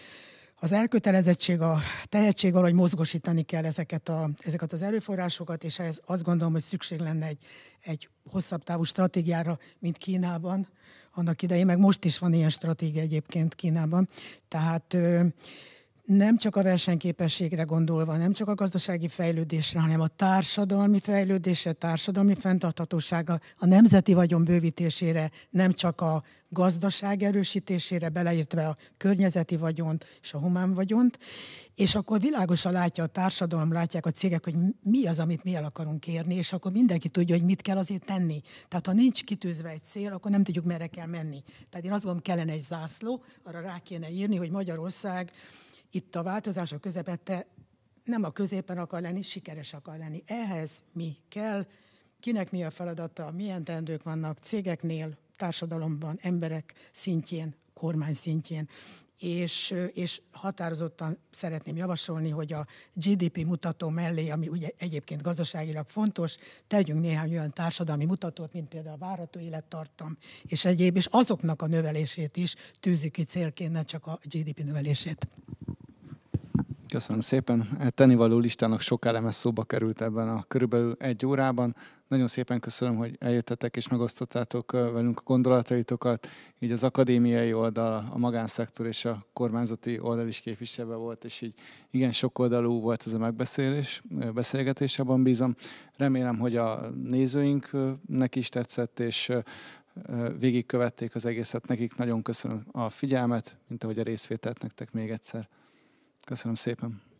az elkötelezettség, a tehetség, valahogy mozgosítani kell ezeket az erőforrásokat, és ehhez azt gondolom, hogy szükség lenne egy hosszabb távú stratégiára, mint Kínában. Annak idején, meg most is van ilyen stratégia egyébként Kínában. Tehát nem csak a versenyképességre gondolva, nem csak a gazdasági fejlődésre, hanem a társadalmi fejlődésre, társadalmi fenntarthatóságra, a nemzeti vagyon bővítésére, nem csak a gazdaság erősítésére, beleértve a környezeti vagyont és a humán vagyont, és akkor világosan látja a társadalom, látják a cégek, hogy mi az, amit mi el akarunk érni, és akkor mindenki tudja, hogy mit kell azért tenni. Tehát ha nincs kitűzve egy cél, akkor nem tudjuk, merre kell menni. Tehát én azt gondolom, kellene egy zászló, arra rá kéne írni, hogy Magyarország itt a változások közepette nem a középen akar lenni, sikeres akar lenni. Ehhez mi kell, kinek mi a feladata, milyen teendők vannak cégeknél, társadalomban, emberek szintjén, kormány szintjén. és határozottan szeretném javasolni, hogy a GDP mutató mellé, ami ugye egyébként gazdaságilag fontos, tegyünk néhány olyan társadalmi mutatót, mint például a várható élettartam és egyéb, és azoknak a növelését is tűzzük ki célként, ne csak a GDP növelését. Köszönöm szépen. Tennivaló listának sok eleme szóba került ebben a körülbelül 1 órában. Nagyon szépen köszönöm, hogy eljöttetek és megosztottátok velünk a gondolataitokat. Így az akadémiai oldal, a magánszektor és a kormányzati oldal is képviselve volt, és így igen sokoldalú volt ez a beszélgetés, abban bízom. Remélem, hogy a nézőinknek is tetszett, és végigkövették az egészet. Nekik nagyon köszönöm a figyelmet, mint ahogy a részvételt nektek még egyszer. Köszönöm szépen!